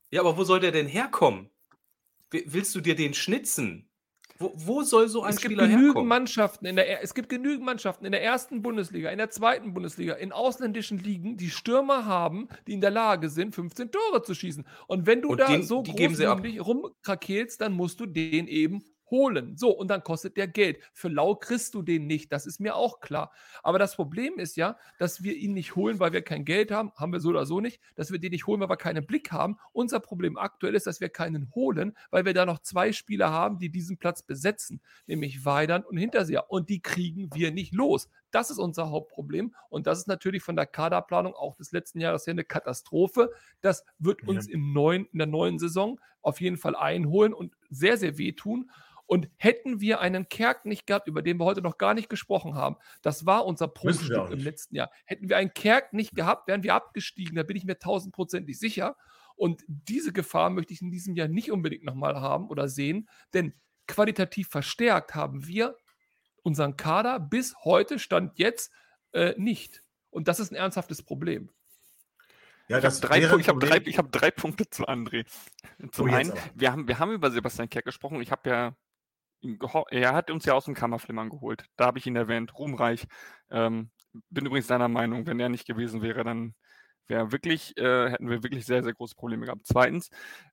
Ja, aber wo soll der denn herkommen? Willst du dir den schnitzen? Wo soll so ein Es gibt Spieler genügend herkommen? Mannschaften es gibt genügend Mannschaften in der ersten Bundesliga, in der zweiten Bundesliga, in ausländischen Ligen, die Stürmer haben, die in der Lage sind, 15 Tore zu schießen. Und wenn du Und da so die geben sie ab. großmündig rumkrakelst, dann musst du den eben holen. So, und dann kostet der Geld. Für lau kriegst du den nicht, das ist mir auch klar. Aber das Problem ist ja, dass wir ihn nicht holen, weil wir kein Geld haben, haben wir so oder so nicht, dass wir den nicht holen, weil wir keinen Blick haben. Unser Problem aktuell ist, dass wir keinen holen, weil wir da noch 2 Spieler haben, die diesen Platz besetzen, nämlich Weidand und Hinterseher. Und die kriegen wir nicht los. Das ist unser Hauptproblem. Und das ist natürlich von der Kaderplanung auch des letzten Jahres her eine Katastrophe. Das wird uns in der neuen Saison auf jeden Fall einholen und sehr, sehr wehtun. Und hätten wir einen Kerk nicht gehabt, über den wir heute noch gar nicht gesprochen haben, das war unser Müssen wir auch Prunkstück im nicht. letzten Jahr. Hätten wir einen Kerk nicht gehabt, wären wir abgestiegen, da bin ich mir 1000%ig sicher. Und diese Gefahr möchte ich in diesem Jahr nicht unbedingt nochmal haben oder sehen, denn qualitativ verstärkt haben wir unseren Kader bis heute, Stand jetzt, nicht. Und das ist ein ernsthaftes Problem. Ja, Ich habe das drei, wäre ein Problem. ich hab 3 Punkte zu André. Zum Oh, jetzt einen, aber. wir haben über Sebastian Kerk gesprochen. Ich habe ja, er hat uns ja aus dem Kammerflimmern geholt. Da habe ich ihn erwähnt, ruhmreich. Bin übrigens deiner Meinung, wenn er nicht gewesen wäre, dann hätten wir wirklich sehr, sehr große Probleme gehabt. Zweitens,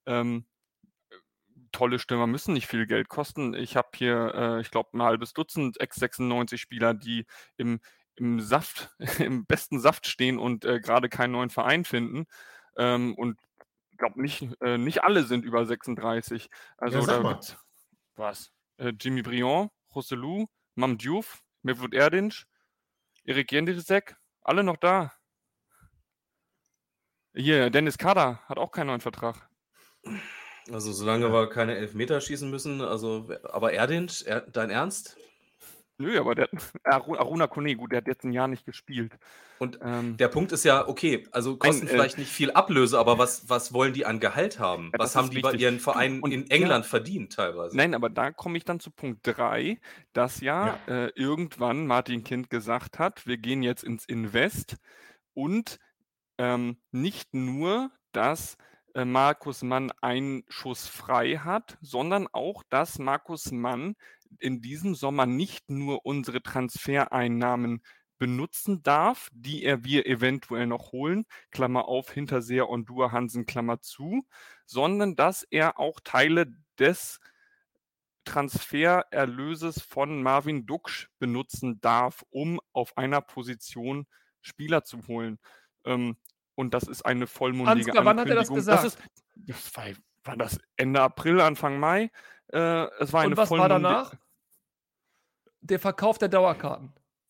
tolle Stürmer müssen nicht viel Geld kosten. Ich habe hier, ich glaube, ein halbes Dutzend Ex-96-Spieler, die im Saft, im besten Saft stehen und gerade keinen neuen Verein finden. Und ich glaube, nicht alle sind über 36. Also Ja, sag da mal. gibt's was? Jimmy Briand, Rossellou, Mam Diouf, Mevlut Erdinç, Erik Jendrisek, alle noch da. Hier, Dennis Kader hat auch keinen neuen Vertrag. Also solange wir keine Elfmeter schießen müssen, aber Erdinç, dein Ernst? Nö, aber Aruna Kone, gut, der hat jetzt ein Jahr nicht gespielt. Und der Punkt ist ja, okay, also kosten vielleicht nicht viel Ablöse, aber was wollen die an Gehalt haben? Ja, Was das haben ist die bei wichtig. ihren Vereinen Und in England verdient teilweise? Nein, aber da komme ich dann zu Punkt 3, dass irgendwann Martin Kind gesagt hat, wir gehen jetzt ins Invest und nicht nur, dass Markus Mann einen Schuss frei hat, sondern auch, dass Markus Mann in diesem Sommer nicht nur unsere Transfereinnahmen benutzen darf, die wir eventuell noch holen, Klammer auf, Hinterseher und Dua Hansen, Klammer zu, sondern dass er auch Teile des Transfererlöses von Marvin Duksch benutzen darf, um auf einer Position Spieler zu holen. Und das ist eine vollmundige Ansgar, wann hat er das Ankündigung. gesagt? War das Ende April, Anfang Mai? Es war eine Und was war danach? Der Verkauf der Dauerkarten.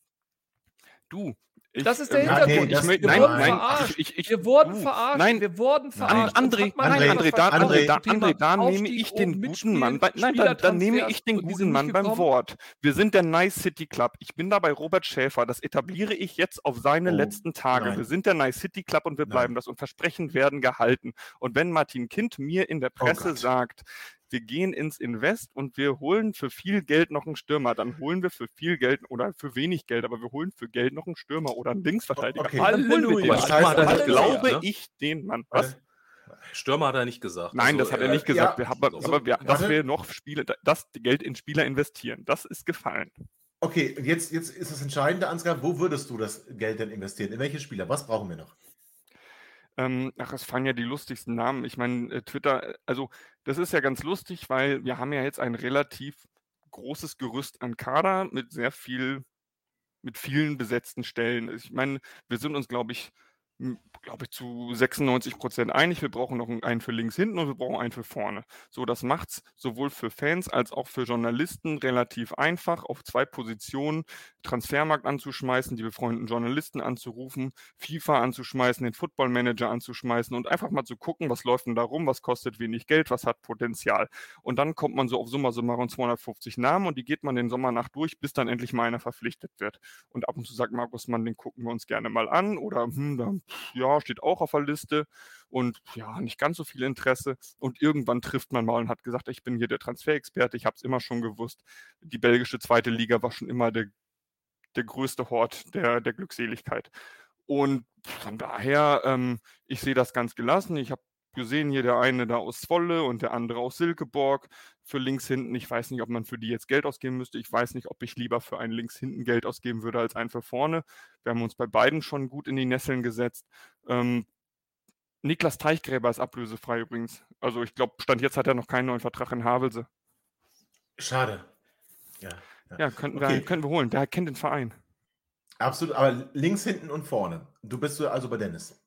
Das ist der Hintergrund. Wir wurden verarscht. Wir wurden verarscht. André, da nehme ich den guten Mann. Dann nehme ich den guten Mann beim Wort. Wir sind der Nice City Club. Ich bin da bei Robert Schäfer. Das etabliere ich jetzt auf seine letzten Tage. Wir sind der Nice City Club und wir bleiben das. Und Versprechen werden gehalten. Und wenn Martin Kind mir in der Presse sagt, wir gehen ins Invest und wir holen für viel Geld noch einen Stürmer, dann holen wir für viel Geld oder für wenig Geld, aber wir holen für Geld noch einen Stürmer oder einen Linksverteidiger. Okay. Dann holen wir den. Aber Stürmer hat er nicht gesagt, glaube ne? ich den Mann. Was? Stürmer hat er nicht gesagt. Nein, das hat er nicht gesagt. ja, Dass wir noch das Geld in Spieler investieren, das ist gefallen. Okay, jetzt ist das Entscheidende, Ansgar. Wo würdest du das Geld denn investieren? In welche Spieler? Was brauchen wir noch? Es fallen ja die lustigsten Namen. Ich meine, Twitter, also das ist ja ganz lustig, weil wir haben ja jetzt ein relativ großes Gerüst an Kader mit mit vielen besetzten Stellen. Ich meine, wir sind uns, glaube ich, zu 96% einig. Wir brauchen noch einen für links hinten und wir brauchen einen für vorne. So, das macht es sowohl für Fans als auch für Journalisten relativ einfach, auf 2 Positionen Transfermarkt anzuschmeißen, die befreundeten Journalisten anzurufen, FIFA anzuschmeißen, den Football Manager anzuschmeißen und einfach mal zu gucken, was läuft denn da rum, was kostet wenig Geld, was hat Potenzial. Und dann kommt man so auf summa summarum 250 Namen und die geht man den Sommer nach durch, bis dann endlich mal einer verpflichtet wird. Und ab und zu sagt Markus Mann, den gucken wir uns gerne mal an oder steht auch auf der Liste und ja, nicht ganz so viel Interesse. Und irgendwann trifft man mal und hat gesagt, ich bin hier der Transferexperte, ich habe es immer schon gewusst. Die belgische 2. Liga war schon immer der größte Hort der Glückseligkeit. Und von daher, ich sehe das ganz gelassen. Ich habe gesehen, hier der eine da aus Zwolle und der andere aus Silkeborg. Für links hinten, ich weiß nicht, ob man für die jetzt Geld ausgeben müsste. Ich weiß nicht, ob ich lieber für einen links hinten Geld ausgeben würde als einen für vorne. Wir haben uns bei beiden schon gut in die Nesseln gesetzt. Niklas Teichgräber ist ablösefrei übrigens. Also ich glaube, Stand jetzt hat er noch keinen neuen Vertrag in Havelse. Schade. Ja, könnten Okay. wir holen. Der kennt den Verein. Absolut, aber links, hinten und vorne. Du bist also bei Dennis.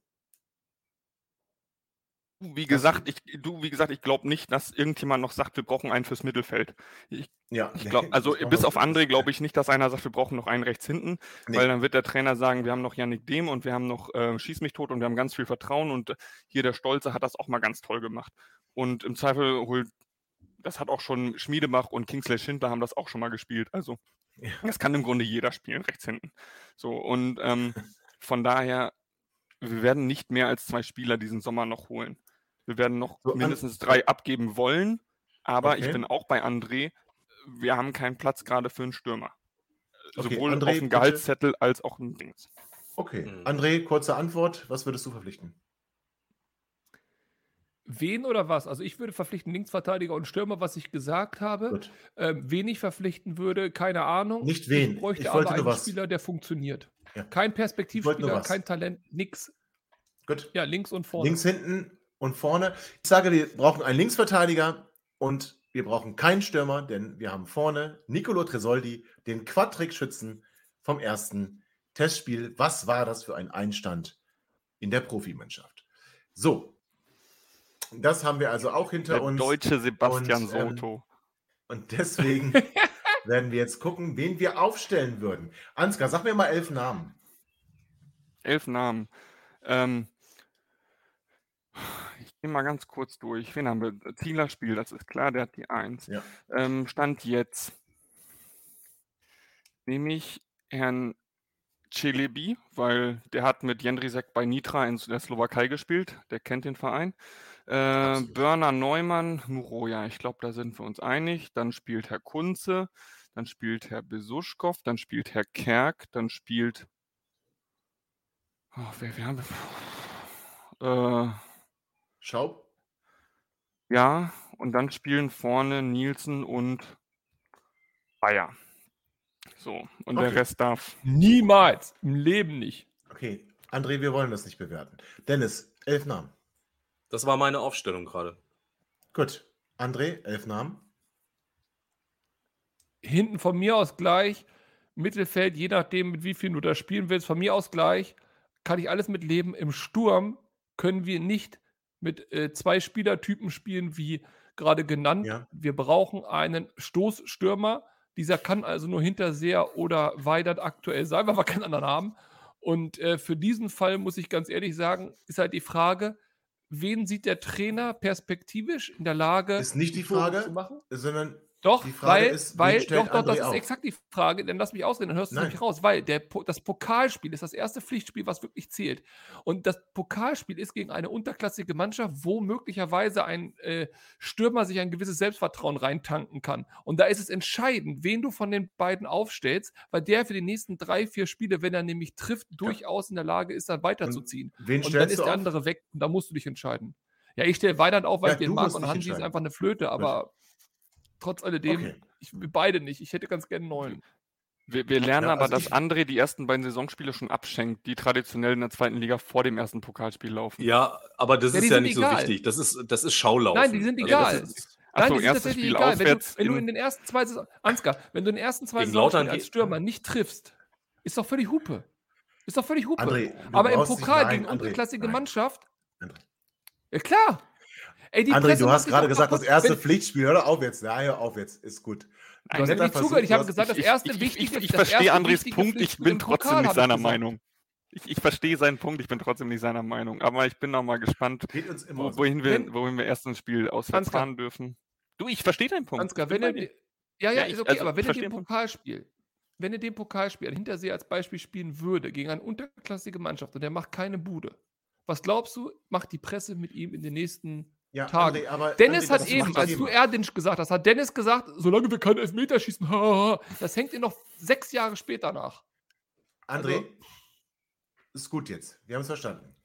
Wie gesagt, ich glaube nicht, dass irgendjemand noch sagt, wir brauchen einen fürs Mittelfeld. Ich glaube, also bis auf André glaube ich nicht, dass einer sagt, wir brauchen noch einen rechts hinten, weil dann wird der Trainer sagen, wir haben noch Yannick Dehm und wir haben noch Schieß mich tot und wir haben ganz viel Vertrauen und hier der Stolze hat das auch mal ganz toll gemacht. Und im Zweifel das hat auch schon Schmiedebach und Kingsley Schindler haben das auch schon mal gespielt. Also das kann im Grunde jeder spielen, rechts hinten. So, und von daher, wir werden nicht mehr als 2 Spieler diesen Sommer noch holen. Wir werden noch mindestens 3 abgeben wollen, aber ich bin auch bei André, wir haben keinen Platz gerade für einen Stürmer. Sowohl André, auf dem Gehaltszettel als auch im Dings. Okay, André, kurze Antwort, was würdest du verpflichten? Wen oder was? Also ich würde verpflichten Linksverteidiger und Stürmer, was ich gesagt habe. Wen ich verpflichten würde, keine Ahnung. Nicht wen. Ich bräuchte Ich wollte aber nur einen was. Spieler, der funktioniert. Ja. Kein Ich wollte nur Perspektivspieler, was. kein Talent, nix. Gut. Ja, links und vorne. Links, hinten und vorne. Ich sage, wir brauchen einen Linksverteidiger und wir brauchen keinen Stürmer, denn wir haben vorne Nicolo Tresoldi, den Quadtrick-Schützen vom ersten Testspiel. Was war das für ein Einstand in der Profimannschaft? So, das haben wir also auch hinter Der uns. deutsche Sebastian Und, Soto. Und deswegen werden wir jetzt gucken, wen wir aufstellen würden. Ansgar, sag mir mal 11 Namen. 11 Namen. Ich gehe mal ganz kurz durch. Wen haben wir? Zieler Spiel, das ist klar, der hat die 1. Ja. Stand jetzt nehme ich Herrn Celebi, weil der hat mit Jendrisek bei Nitra in der Slowakei gespielt. Der kennt den Verein. Börner Neumann, Muroja, ich glaube, da sind wir uns einig. Dann spielt Herr Kunze, dann spielt Herr Besuschkow, dann spielt Herr Kerk, dann spielt wer haben wir? Schaub? Ja, und dann spielen vorne Nielsen und Bayer. So, und der Rest darf. Niemals, im Leben nicht. Okay, André, wir wollen das nicht bewerten. Dennis, 11 Namen. Das war meine Aufstellung gerade. Gut, André, 11 Namen. Hinten von mir aus gleich. Mittelfeld, je nachdem, mit wie viel du da spielen willst, von mir aus gleich. Kann ich alles mitleben. Im Sturm können wir nicht mit 2 Spielertypen spielen, wie gerade genannt. Ja. Wir brauchen einen Stoßstürmer. Dieser kann also nur Hinterseher oder Weidert aktuell sein, weil wir keinen anderen haben. Und für diesen Fall, muss ich ganz ehrlich sagen, ist halt die Frage, wen sieht der Trainer perspektivisch in der Lage, Ist nicht die Tore Frage, zu machen? sondern Doch, die Frage weil, ist, wen weil stellt doch, das André ist auf? exakt die Frage, dann lass mich ausreden, dann hörst du es Nein. nämlich raus, weil das Pokalspiel ist das erste Pflichtspiel, was wirklich zählt. Und das Pokalspiel ist gegen eine unterklassige Mannschaft, wo möglicherweise ein Stürmer sich ein gewisses Selbstvertrauen reintanken kann. Und da ist es entscheidend, wen du von den beiden aufstellst, weil der für die nächsten 3, 4 Spiele, wenn er nämlich trifft, durchaus in der Lage ist, dann weiterzuziehen. Wen Und dann stellst ist du der auf? andere weg und da musst du dich entscheiden. Ja, ich stelle Weidert auf, weil Ja, ich den du mag musst und dich Hansi ist entscheiden. einfach eine Flöte, aber trotz alledem, Okay. wir beide nicht. Ich hätte ganz gerne einen neuen. Wir lernen Ja, aber, also dass André die ersten beiden Saisonspiele schon abschenkt, die traditionell in der 2. Liga vor dem ersten Pokalspiel laufen. Ja, aber das Ja, die ist ja sind nicht egal. so wichtig. Das ist Schaulaufen. Nein, die sind Also egal. das ist, Achso, Nein, die sind erstes tatsächlich Spiel egal. auswärts. Wenn du in den ersten 2 Ansgar, wenn du in den ersten 2 Gegen Lautern Saisonspielen als geht- Stürmer nicht triffst, ist doch völlig Hupe. Ist doch völlig Hupe. André, du Aber im brauchst nicht- Pokal nein, gegen André, unterklassige nein. Mannschaft, André. ja klar. Ey, die André, Presse du macht hast sich gerade doch gesagt, das kaputt, erste wenn- Pflichtspiel. Hör auf jetzt. Ja, hör auf jetzt. Ist gut. Du hast mir nicht zugehört. Ich habe gesagt, das erste wichtige Ich verstehe Andres Punkt, ich bin trotzdem nicht seiner Meinung. Ich verstehe seinen Punkt, ich bin trotzdem nicht seiner Meinung. Aber ich bin noch mal gespannt, Geht uns immer so. wohin wir erst ein Spiel auswärts Ansgar. fahren dürfen. Du, ich verstehe deinen Punkt. Ansgar, Ich bin wenn bei er, dir. ja, Ja, ist okay, aber wenn er verstehe den den Punkt. Pokalspiel, wenn er den Pokalspiel an Hintersee als Beispiel spielen würde, gegen eine unterklassige Mannschaft und der macht keine Bude, was glaubst du, macht die Presse mit ihm in den nächsten Ja, Tagen? André, aber Dennis André, hat das eben, macht das als du Thema. Erdinch gesagt hast, hat Dennis gesagt, solange wir keinen Elfmeter schießen, das hängt ihr noch 6 Jahre später nach. André, Also- ist gut jetzt. Wir haben es verstanden.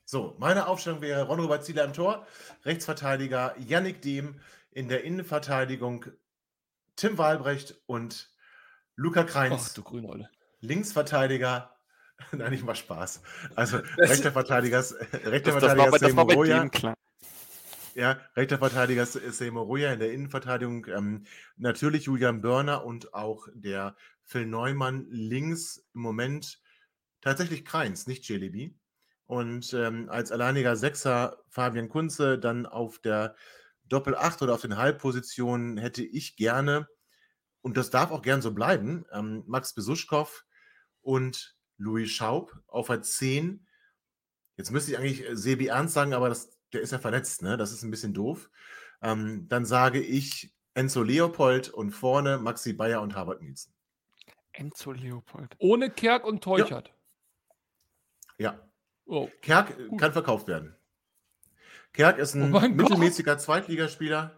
So, meine Aufstellung wäre Ron-Robert Zieler im Tor, Rechtsverteidiger Yannick Dehm, in der Innenverteidigung Tim Walbrecht und Luca Ach Kreins, du Grüneule. Linksverteidiger, nein, ich mach Spaß. Also Das- rechter Verteidiger Das war bei Seymour Roya. dem klar. Ja, rechter Verteidiger ist Seymour Roya, in der Innenverteidigung natürlich Julian Börner und auch der Phil Neumann. Links im Moment tatsächlich Kreins, nicht Celebi. Und als alleiniger Sechser Fabian Kunze, dann auf der Doppel-8 oder auf den Halbpositionen hätte ich gerne, und das darf auch gern so bleiben, Max Besuschkow und Louis Schaub auf der 10. Jetzt müsste ich eigentlich Sebi Ernst sagen, aber der ist ja verletzt, ne? Das ist ein bisschen doof. Dann sage ich Enzo Leopold und vorne Maxi Bayer und Herbert Nielsen. Enzo Leopold. Ohne Kerk und Teuchert. Ja, Oh. Kerk Gut. kann verkauft werden. Kerk ist ein Oh mein Gott. mittelmäßiger Zweitligaspieler.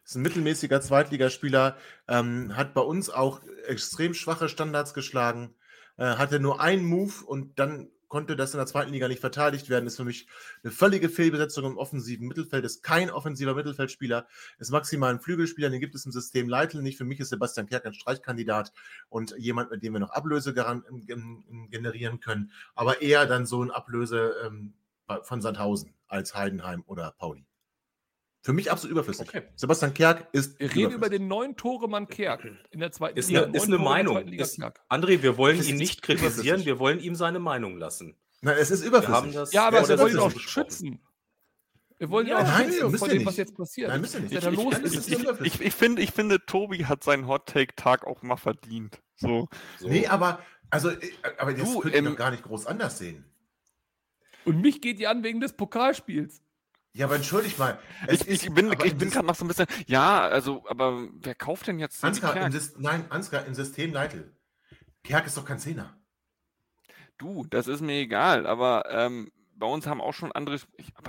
Hat bei uns auch extrem schwache Standards geschlagen, hatte nur einen Move und dann konnte das in der zweiten Liga nicht verteidigt werden. Ist für mich eine völlige Fehlbesetzung im offensiven Mittelfeld, ist kein offensiver Mittelfeldspieler, ist maximal ein Flügelspieler, den gibt es im System Leitl nicht. Für mich ist Sebastian Kerk ein Streichkandidat und jemand, mit dem wir noch Ablöse generieren können, aber eher dann so ein Ablöse von Sandhausen als Heidenheim oder Pauli. Für mich absolut überflüssig. Okay. Sebastian Kerk ist Wir reden über den neuen Toremann Kerk in der zweiten Ist Liga. eine Neun Tore in der Meinung. zweiten Liga Kerk. André, wir wollen Das ihn ist nicht kritisieren, überflüssig. wir wollen ihm seine Meinung lassen. Nein, es ist Wir überflüssig. haben das Ja, aber Ja, wir das wollen ihn ist auch besprochen. schützen. Wir wollen ihn Ja, auch nein, schützen müsst vor ihr dem, was nicht. jetzt passiert. Nein, müsst ihr nicht. Was ist denn da los? Das ist überflüssig. Ich finde, Tobi hat seinen Hot-Take-Tag auch mal verdient. So. So. Nee, aber das Du, könnt ihr doch gar nicht groß anders sehen. Und mich geht die an wegen des Pokalspiels. Ja, aber entschuldigt mal. Ich bin gerade noch so ein bisschen. Ja, also, aber wer kauft denn jetzt den Ansgar, Kerk? Ansgar, im System Leitl. Kerk ist doch kein Zehner. Du, das ist mir egal, aber bei uns haben auch schon andere.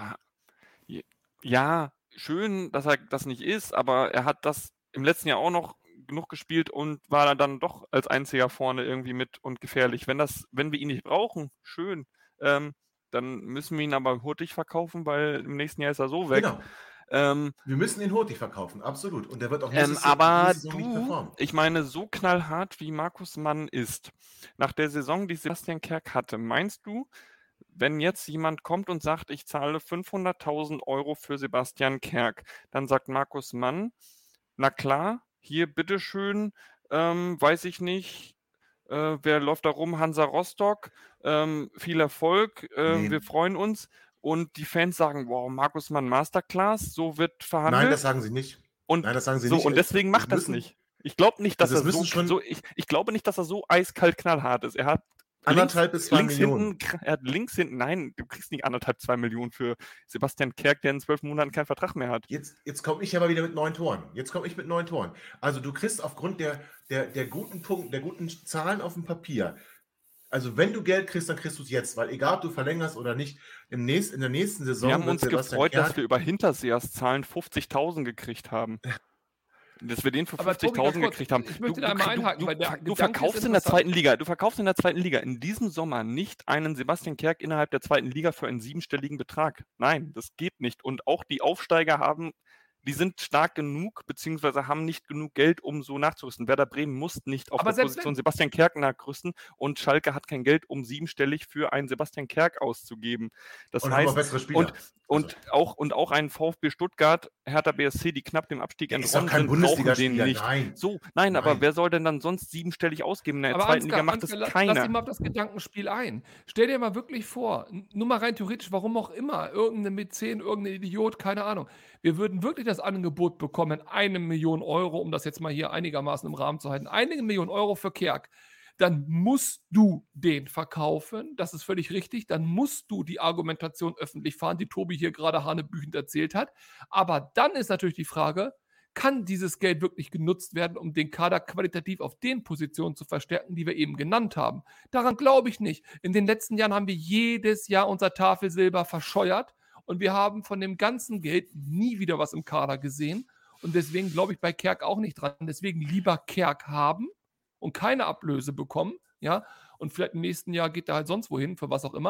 Ja, schön, dass er das nicht ist, aber er hat das im letzten Jahr auch noch genug gespielt und war dann doch als einziger vorne irgendwie mit und gefährlich. Wenn wir ihn nicht brauchen, schön. Dann müssen wir ihn aber hurtig verkaufen, weil im nächsten Jahr ist er so weg. Genau. Wir müssen ihn hurtig verkaufen, absolut. Und der wird auch Aber nächste Saison nicht performen. ich meine, so knallhart wie Markus Mann ist, nach der Saison, die Sebastian Kerk hatte, meinst du, wenn jetzt jemand kommt und sagt, ich zahle 500.000 Euro für Sebastian Kerk, dann sagt Markus Mann, na klar, hier bitteschön, weiß ich nicht, wer läuft da rum? Hansa Rostock, viel Erfolg, Nee. wir freuen uns. Und die Fans sagen, wow, Markus Mann Masterclass, so wird verhandelt. Nein, das sagen sie nicht. Und Nein, das sagen sie so, nicht. und deswegen macht das müssen- nicht. Ich glaube nicht, dass Also er es müssen schon- ich glaube nicht, dass er so eiskalt knallhart ist. Er hat 1,5 bis 2 Millionen. Er hat links hinten, nein, du kriegst nicht 1,5, 2 Millionen für Sebastian Kerk, der in 12 Monaten keinen Vertrag mehr hat. Jetzt komme ich aber wieder mit 9 Toren. Also du kriegst aufgrund der guten Punkte, der guten Zahlen auf dem Papier, also wenn du Geld kriegst, dann kriegst du es jetzt, weil egal ob du verlängerst oder nicht, in der nächsten Saison Wir haben wird uns Sebastian gefreut, dass Kerk- wir über Hinterseers Zahlen 50.000 gekriegt haben. Dass wir den für Aber Tobi, 50.000 ganz kurz, gekriegt haben. ich möchte da einmal einhaken, weil der Du Gedanke verkaufst ist in der interessant. zweiten Liga. Du verkaufst in der zweiten Liga in diesem Sommer nicht einen Sebastian Kerk innerhalb der zweiten Liga für einen 7-stelligen Betrag. Nein, das geht nicht. Und auch die Aufsteiger die sind stark genug, beziehungsweise haben nicht genug Geld, um so nachzurüsten. Werder Bremen muss nicht auf Aber der selbst Position wenn- Sebastian Kerk nachrüsten und Schalke hat kein Geld, um 7-stellig für einen Sebastian Kerk auszugeben. Das und haben auch heißt, bessere Spieler. und auch ein VfB Stuttgart, Hertha BSC, die knapp dem Abstieg Der ist entronnen doch kein sind, brauchen den Bundesligaspieler, nicht. nein. Nein, aber Nein. wer soll denn dann sonst 7-stellig ausgeben? In der Aber zweiten Liga Ansgar, macht das lass keiner. dich mal auf das Gedankenspiel ein. Stell dir mal wirklich vor, nur mal rein theoretisch, warum auch immer, irgendein Mäzen, irgendein Idiot, keine Ahnung. Wir würden wirklich das Angebot bekommen, 1 Million Euro, um das jetzt mal hier einigermaßen im Rahmen zu halten, 1 Million Euro für Kerk. Dann musst du den verkaufen, das ist völlig richtig, dann musst du die Argumentation öffentlich fahren, die Tobi hier gerade hanebüchend erzählt hat. Aber dann ist natürlich die Frage, kann dieses Geld wirklich genutzt werden, um den Kader qualitativ auf den Positionen zu verstärken, die wir eben genannt haben? Daran glaube ich nicht. In den letzten Jahren haben wir jedes Jahr unser Tafelsilber verscheuert und wir haben von dem ganzen Geld nie wieder was im Kader gesehen. Und deswegen glaube ich bei Kerk auch nicht dran. Deswegen lieber Kerk haben und keine Ablöse bekommen, ja, und vielleicht im nächsten Jahr geht er halt sonst wohin, für was auch immer.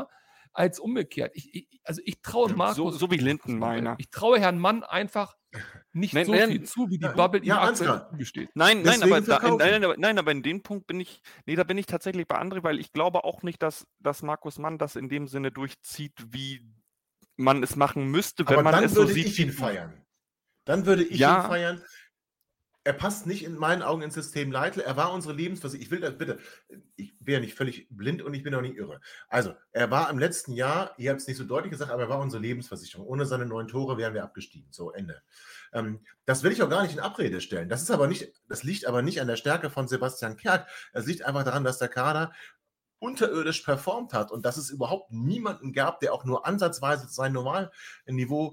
als umgekehrt. Also ich traue Markus. So wie Lindenmeiner. Ich traue Herrn Mann einfach nicht Nein, so nein. viel zu, wie die Ja, Bubble ihm ja, aktuell Ansgar. zugesteht. Nein, Deswegen verkaufen. nein, aber in dem Punkt bin ich, da bin ich tatsächlich bei André, weil ich glaube auch nicht, dass Markus Mann das in dem Sinne durchzieht, wie man es machen müsste, wenn Aber man dann es so würde sieht. ich ihn feiern. Dann würde ich Ja. ihn feiern. Er passt nicht in meinen Augen ins System Leitl. Er war unsere Lebensversicherung. Ich will das bitte. Ich bin ja nicht völlig blind und ich bin auch nicht irre. Also, er war im letzten Jahr, ihr habt es nicht so deutlich gesagt, aber er war unsere Lebensversicherung. Ohne seine 9 Tore wären wir abgestiegen. So, Ende. Das will ich auch gar nicht in Abrede stellen. Das liegt aber nicht an der Stärke von Sebastian Kerk. Es liegt einfach daran, dass der Kader unterirdisch performt hat und dass es überhaupt niemanden gab, der auch nur ansatzweise sein Normalniveau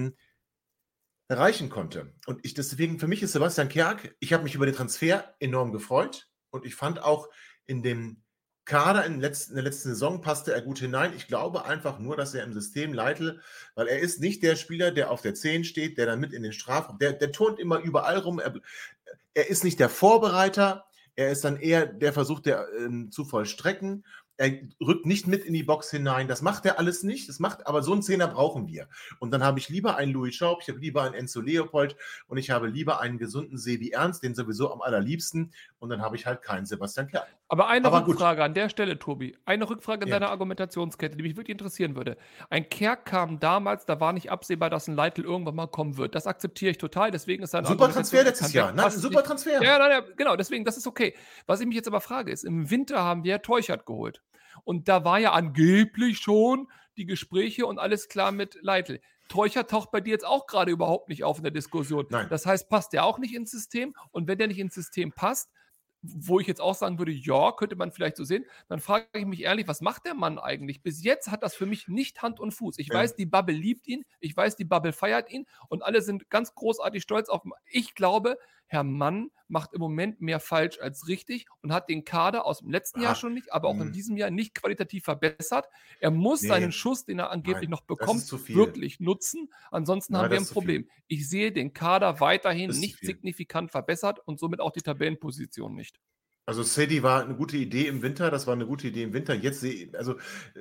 erreichen konnte. Und deswegen, für mich ist Sebastian Kerk, ich habe mich über den Transfer enorm gefreut und ich fand auch in dem Kader in der letzten Saison passte er gut hinein. Ich glaube einfach nur, dass er im System Leitl, weil er ist nicht der Spieler, der auf der 10 steht, der dann mit in den Strafraum, der turnt immer überall rum. Er ist nicht der Vorbereiter, er ist dann eher der Versuch, zu vollstrecken. Er rückt nicht mit in die Box hinein. Das macht er alles nicht. Aber so einen Zehner brauchen wir. Und dann habe ich lieber einen Louis Schaub, ich habe lieber einen Enzo Leopold und ich habe lieber einen gesunden Sebi Ernst, den sowieso am allerliebsten. Und dann habe ich halt keinen Sebastian Kerk. Aber eine Aber gut. Rückfrage an der Stelle, Tobi. Eine Rückfrage in Ja. deiner Argumentationskette, die mich wirklich interessieren würde. Ein Kerk kam damals, da war nicht absehbar, dass ein Leitl irgendwann mal kommen wird. Das akzeptiere ich total, deswegen ist sein Super Transfer letztes Jahr. Nein, ein super Transfer. Ja, genau, deswegen, das ist okay. Was ich mich jetzt aber frage, ist, im Winter haben wir Teuchert geholt. Und da war ja angeblich schon die Gespräche und alles klar mit Leitl. Teuchert taucht bei dir jetzt auch gerade überhaupt nicht auf in der Diskussion. Nein. Das heißt, passt der auch nicht ins System? Und wenn der nicht ins System passt, wo ich jetzt auch sagen würde, ja, könnte man vielleicht so sehen, dann frage ich mich ehrlich, was macht der Mann eigentlich? Bis jetzt hat das für mich nicht Hand und Fuß. Ich weiß, die Bubble liebt ihn, ich weiß, die Bubble feiert ihn und alle sind ganz großartig stolz auf ihn. Ich glaube, Herr Mann macht im Moment mehr falsch als richtig und hat den Kader aus dem letzten Jahr schon nicht, aber auch in diesem Jahr nicht qualitativ verbessert. Er muss seinen Schuss, den er angeblich noch bekommt, wirklich nutzen. Ansonsten haben wir ein Problem. Ich sehe den Kader weiterhin nicht signifikant verbessert und somit auch die Tabellenposition nicht. Also Sedi war eine gute Idee im Winter, das war eine gute Idee im Winter. Jetzt wir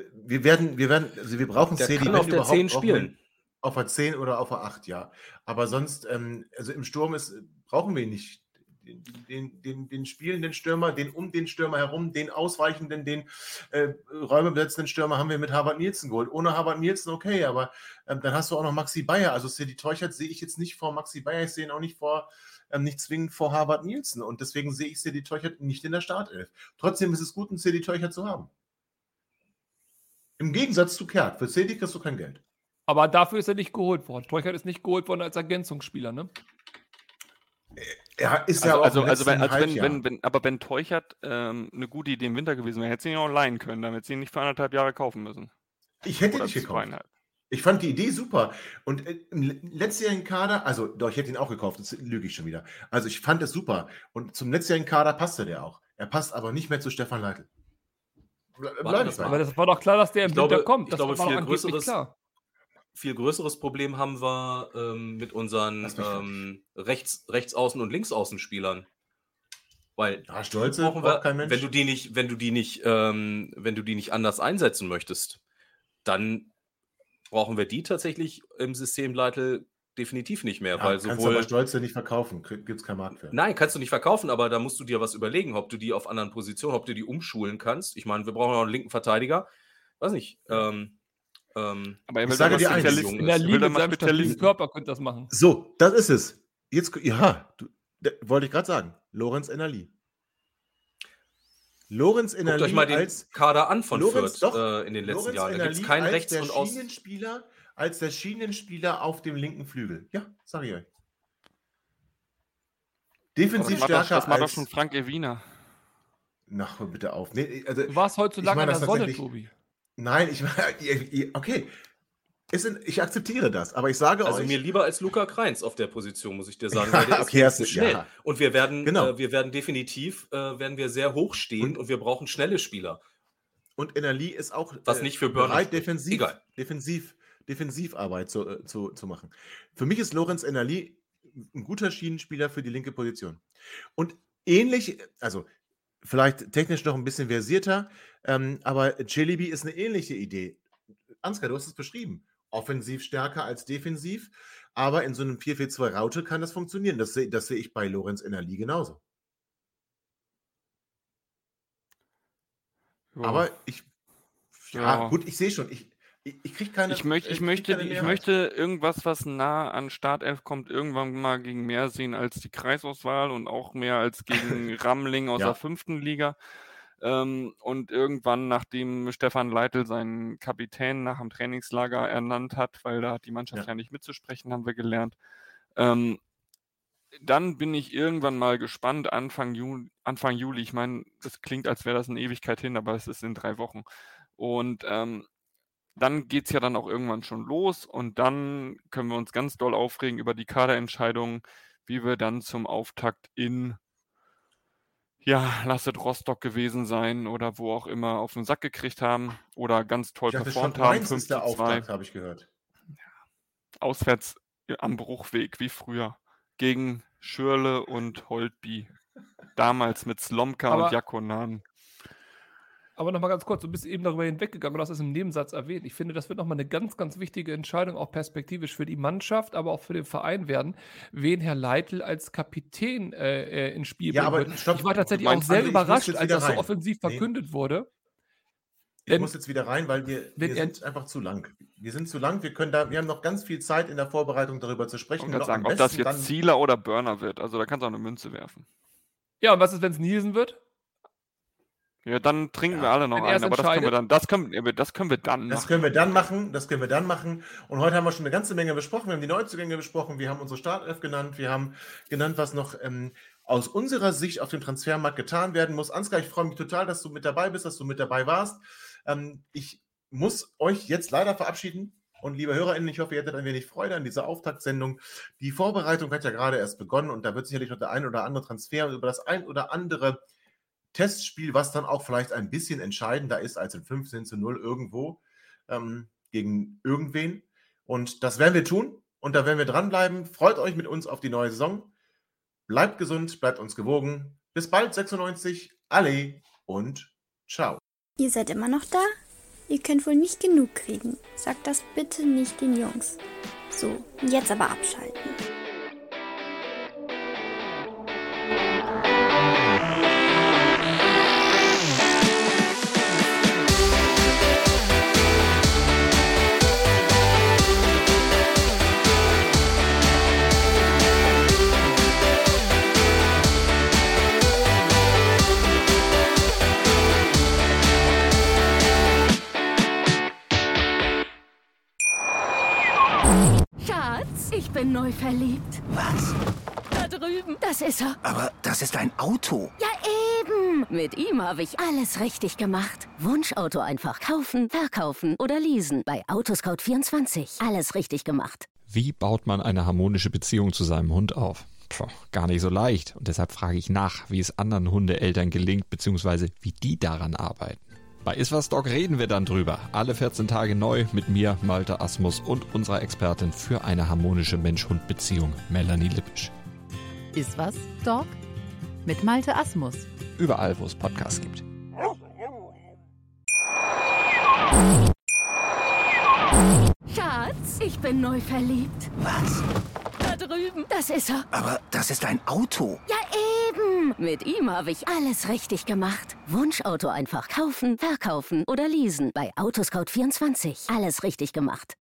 brauchen Der Sedi, kann wenn auf der überhaupt, 10 spielen. Auf der 10 oder auf der 8, ja. Aber sonst, also im Sturm brauchen wir ihn nicht. Den spielenden Stürmer, den um den Stürmer herum, den ausweichenden, den räumebesetzenden Stürmer haben wir mit Harvard Nielsen geholt. Ohne Harvard Nielsen okay, aber dann hast du auch noch Maxi Bayer. Also Sedi Teuchert sehe ich jetzt nicht vor Maxi Bayer, ich sehe ihn auch nicht zwingend vor Harvard Nielsen und deswegen sehe ich Sedi Teuchert nicht in der Startelf. Trotzdem ist es gut, einen Sedi Teuchert zu haben. Im Gegensatz zu Kerk. Für Sedi kriegst du kein Geld. Aber dafür ist er nicht geholt worden. Teuchert ist nicht geholt worden als Ergänzungsspieler, ne? Er ist ja auch wenn Teuchert eine gute Idee im Winter gewesen wäre, hätte sie ihn auch leihen können, damit sie ihn nicht für 1,5 Jahre kaufen müssen. Ich hätte ihn nicht gekauft. Ich fand die Idee super. Und im letztjährigen Kader, doch, ich hätte ihn auch gekauft, das lüge ich schon wieder. Also ich fand es super. Und zum letztjährigen Kader passte der auch. Er passt aber nicht mehr zu Stefan Leitl. Aber das war doch klar, dass der im Winter kommt. Das war doch angeblich klar. Viel größeres Problem haben wir mit unseren Rechtsaußen- und Linksaußenspielern. Weil Stolze braucht kein Mensch. Wenn du die nicht anders einsetzen möchtest, dann brauchen wir die tatsächlich im System Leitl definitiv nicht mehr. Ja, weil kannst du aber Stolze nicht verkaufen, gibt es keinen Markt für. Nein, kannst du nicht verkaufen, aber da musst du dir was überlegen, ob du die auf anderen Positionen, ob du die umschulen kannst. Ich meine, wir brauchen auch einen linken Verteidiger. Weiß nicht. Aber er ich sage dir eins, in der Liga mit seinem stabilen Körper könnte das machen. So, das ist es. Jetzt, wollte ich gerade sagen. Lorenz Ennerli. Lorenz Ennerli. Guckt euch mal den Kader an von Lorenz, Fürth in den letzten Jahren. Da gibt es keinen Rechts- und Außen. Als der Schienenspieler auf dem linken Flügel. Ja, sage ich euch. Defensiv stärker das macht doch schon Frank Evina. Na, hör bitte auf. Nee, also, du warst heute so lange in der Sonne, Tobi. Nein, okay. Ich akzeptiere das, aber ich sage also euch... mir lieber als Luca Kreins auf der Position, muss ich dir sagen. Weil der ist schnell. Ja. Und wir werden definitiv sehr hoch stehen und wir brauchen schnelle Spieler. Und Ennerli ist auch nicht für bereit, Defensivarbeit zu machen. Für mich ist Lorenz Ennerli ein guter Schienenspieler für die linke Position. Und ähnlich, also vielleicht technisch noch ein bisschen versierter, aber Celebi ist eine ähnliche Idee. Ansgar, du hast es beschrieben. Offensiv stärker als defensiv, aber in so einem 4-4-2 Raute kann das funktionieren. Das sehe ich bei Lorenz Ennerli genauso. Ja. Aber ich sehe schon, ich kriege keine. Ich möchte irgendwas, was nah an Startelf kommt, irgendwann mal gegen mehr sehen als die Kreisauswahl und auch mehr als gegen Ramling aus der 5. Liga. Und irgendwann, nachdem Stefan Leitl seinen Kapitän nach dem Trainingslager ernannt hat, weil da hat die Mannschaft ja nicht mitzusprechen, haben wir gelernt, dann bin ich irgendwann mal gespannt, Anfang Juli. Ich meine, das klingt, als wäre das eine Ewigkeit hin, aber es ist in 3 Wochen. Und dann geht es ja dann auch irgendwann schon los und dann können wir uns ganz doll aufregen über die Kaderentscheidungen, wie wir dann zum Auftakt in lasset Rostock gewesen sein oder wo auch immer auf den Sack gekriegt haben oder ganz toll performt haben. 5:2 ist der Auftakt, habe ich gehört. Auswärts am Bruchweg, wie früher. Gegen Schürle und Holtby. Damals mit Slomka und Jakonan. Aber nochmal ganz kurz, du bist eben darüber hinweggegangen und hast es im Nebensatz erwähnt. Ich finde, das wird nochmal eine ganz, ganz wichtige Entscheidung, auch perspektivisch für die Mannschaft, aber auch für den Verein werden, wen Herr Leitl als Kapitän ins Spiel bringen wird. Stopp, ich war tatsächlich auch sehr überrascht, als das so rein. offensiv verkündet wurde. Ich muss jetzt wieder rein, weil wir sind einfach zu lang. Wir sind zu lang, wir haben noch ganz viel Zeit in der Vorbereitung darüber zu sprechen. Ich kann sagen, ob das jetzt Zieler oder Burner wird, also da kannst du auch eine Münze werfen. Ja, und was ist, wenn es Nielsen wird? Ja, dann trinken wir alle noch einen, aber das können wir dann machen. Und heute haben wir schon eine ganze Menge besprochen. Wir haben die Neuzugänge besprochen, wir haben unsere Startelf genannt, wir haben genannt, was noch aus unserer Sicht auf dem Transfermarkt getan werden muss. Ansgar, ich freue mich total, dass du mit dabei bist, dass du mit dabei warst. Ich muss euch jetzt leider verabschieden. Und liebe HörerInnen, ich hoffe, ihr hattet ein wenig Freude an dieser Auftaktsendung. Die Vorbereitung hat ja gerade erst begonnen und da wird sicherlich noch der ein oder andere Transfer und über das ein oder andere Testspiel, was dann auch vielleicht ein bisschen entscheidender ist als in 15:0 irgendwo gegen irgendwen. Und das werden wir tun und da werden wir dranbleiben. Freut euch mit uns auf die neue Saison. Bleibt gesund, bleibt uns gewogen. Bis bald, 96. Alle und ciao. Ihr seid immer noch da? Ihr könnt wohl nicht genug kriegen. Sagt das bitte nicht den Jungs. So, jetzt aber abschalten. Schatz, ich bin neu verliebt. Was? Da drüben. Das ist er. Aber das ist ein Auto. Ja, eben. Mit ihm habe ich alles richtig gemacht. Wunschauto einfach kaufen, verkaufen oder leasen. Bei Autoscout24. Alles richtig gemacht. Wie baut man eine harmonische Beziehung zu seinem Hund auf? Gar nicht so leicht. Und deshalb frage ich nach, wie es anderen Hundeeltern gelingt, beziehungsweise wie die daran arbeiten. Bei Iswas Dog reden wir dann drüber. Alle 14 Tage neu mit mir, Malte Asmus und unserer Expertin für eine harmonische Mensch-Hund-Beziehung, Melanie Lippisch. Iswas Dog mit Malte Asmus. Überall, wo es Podcasts gibt. Schatz, ich bin neu verliebt. Was? Da drüben. Das ist er. Aber das ist ein Auto. Ja, eben. Mit ihm habe ich alles richtig gemacht. Wunschauto einfach kaufen, verkaufen oder leasen. Bei Autoscout24. Alles richtig gemacht.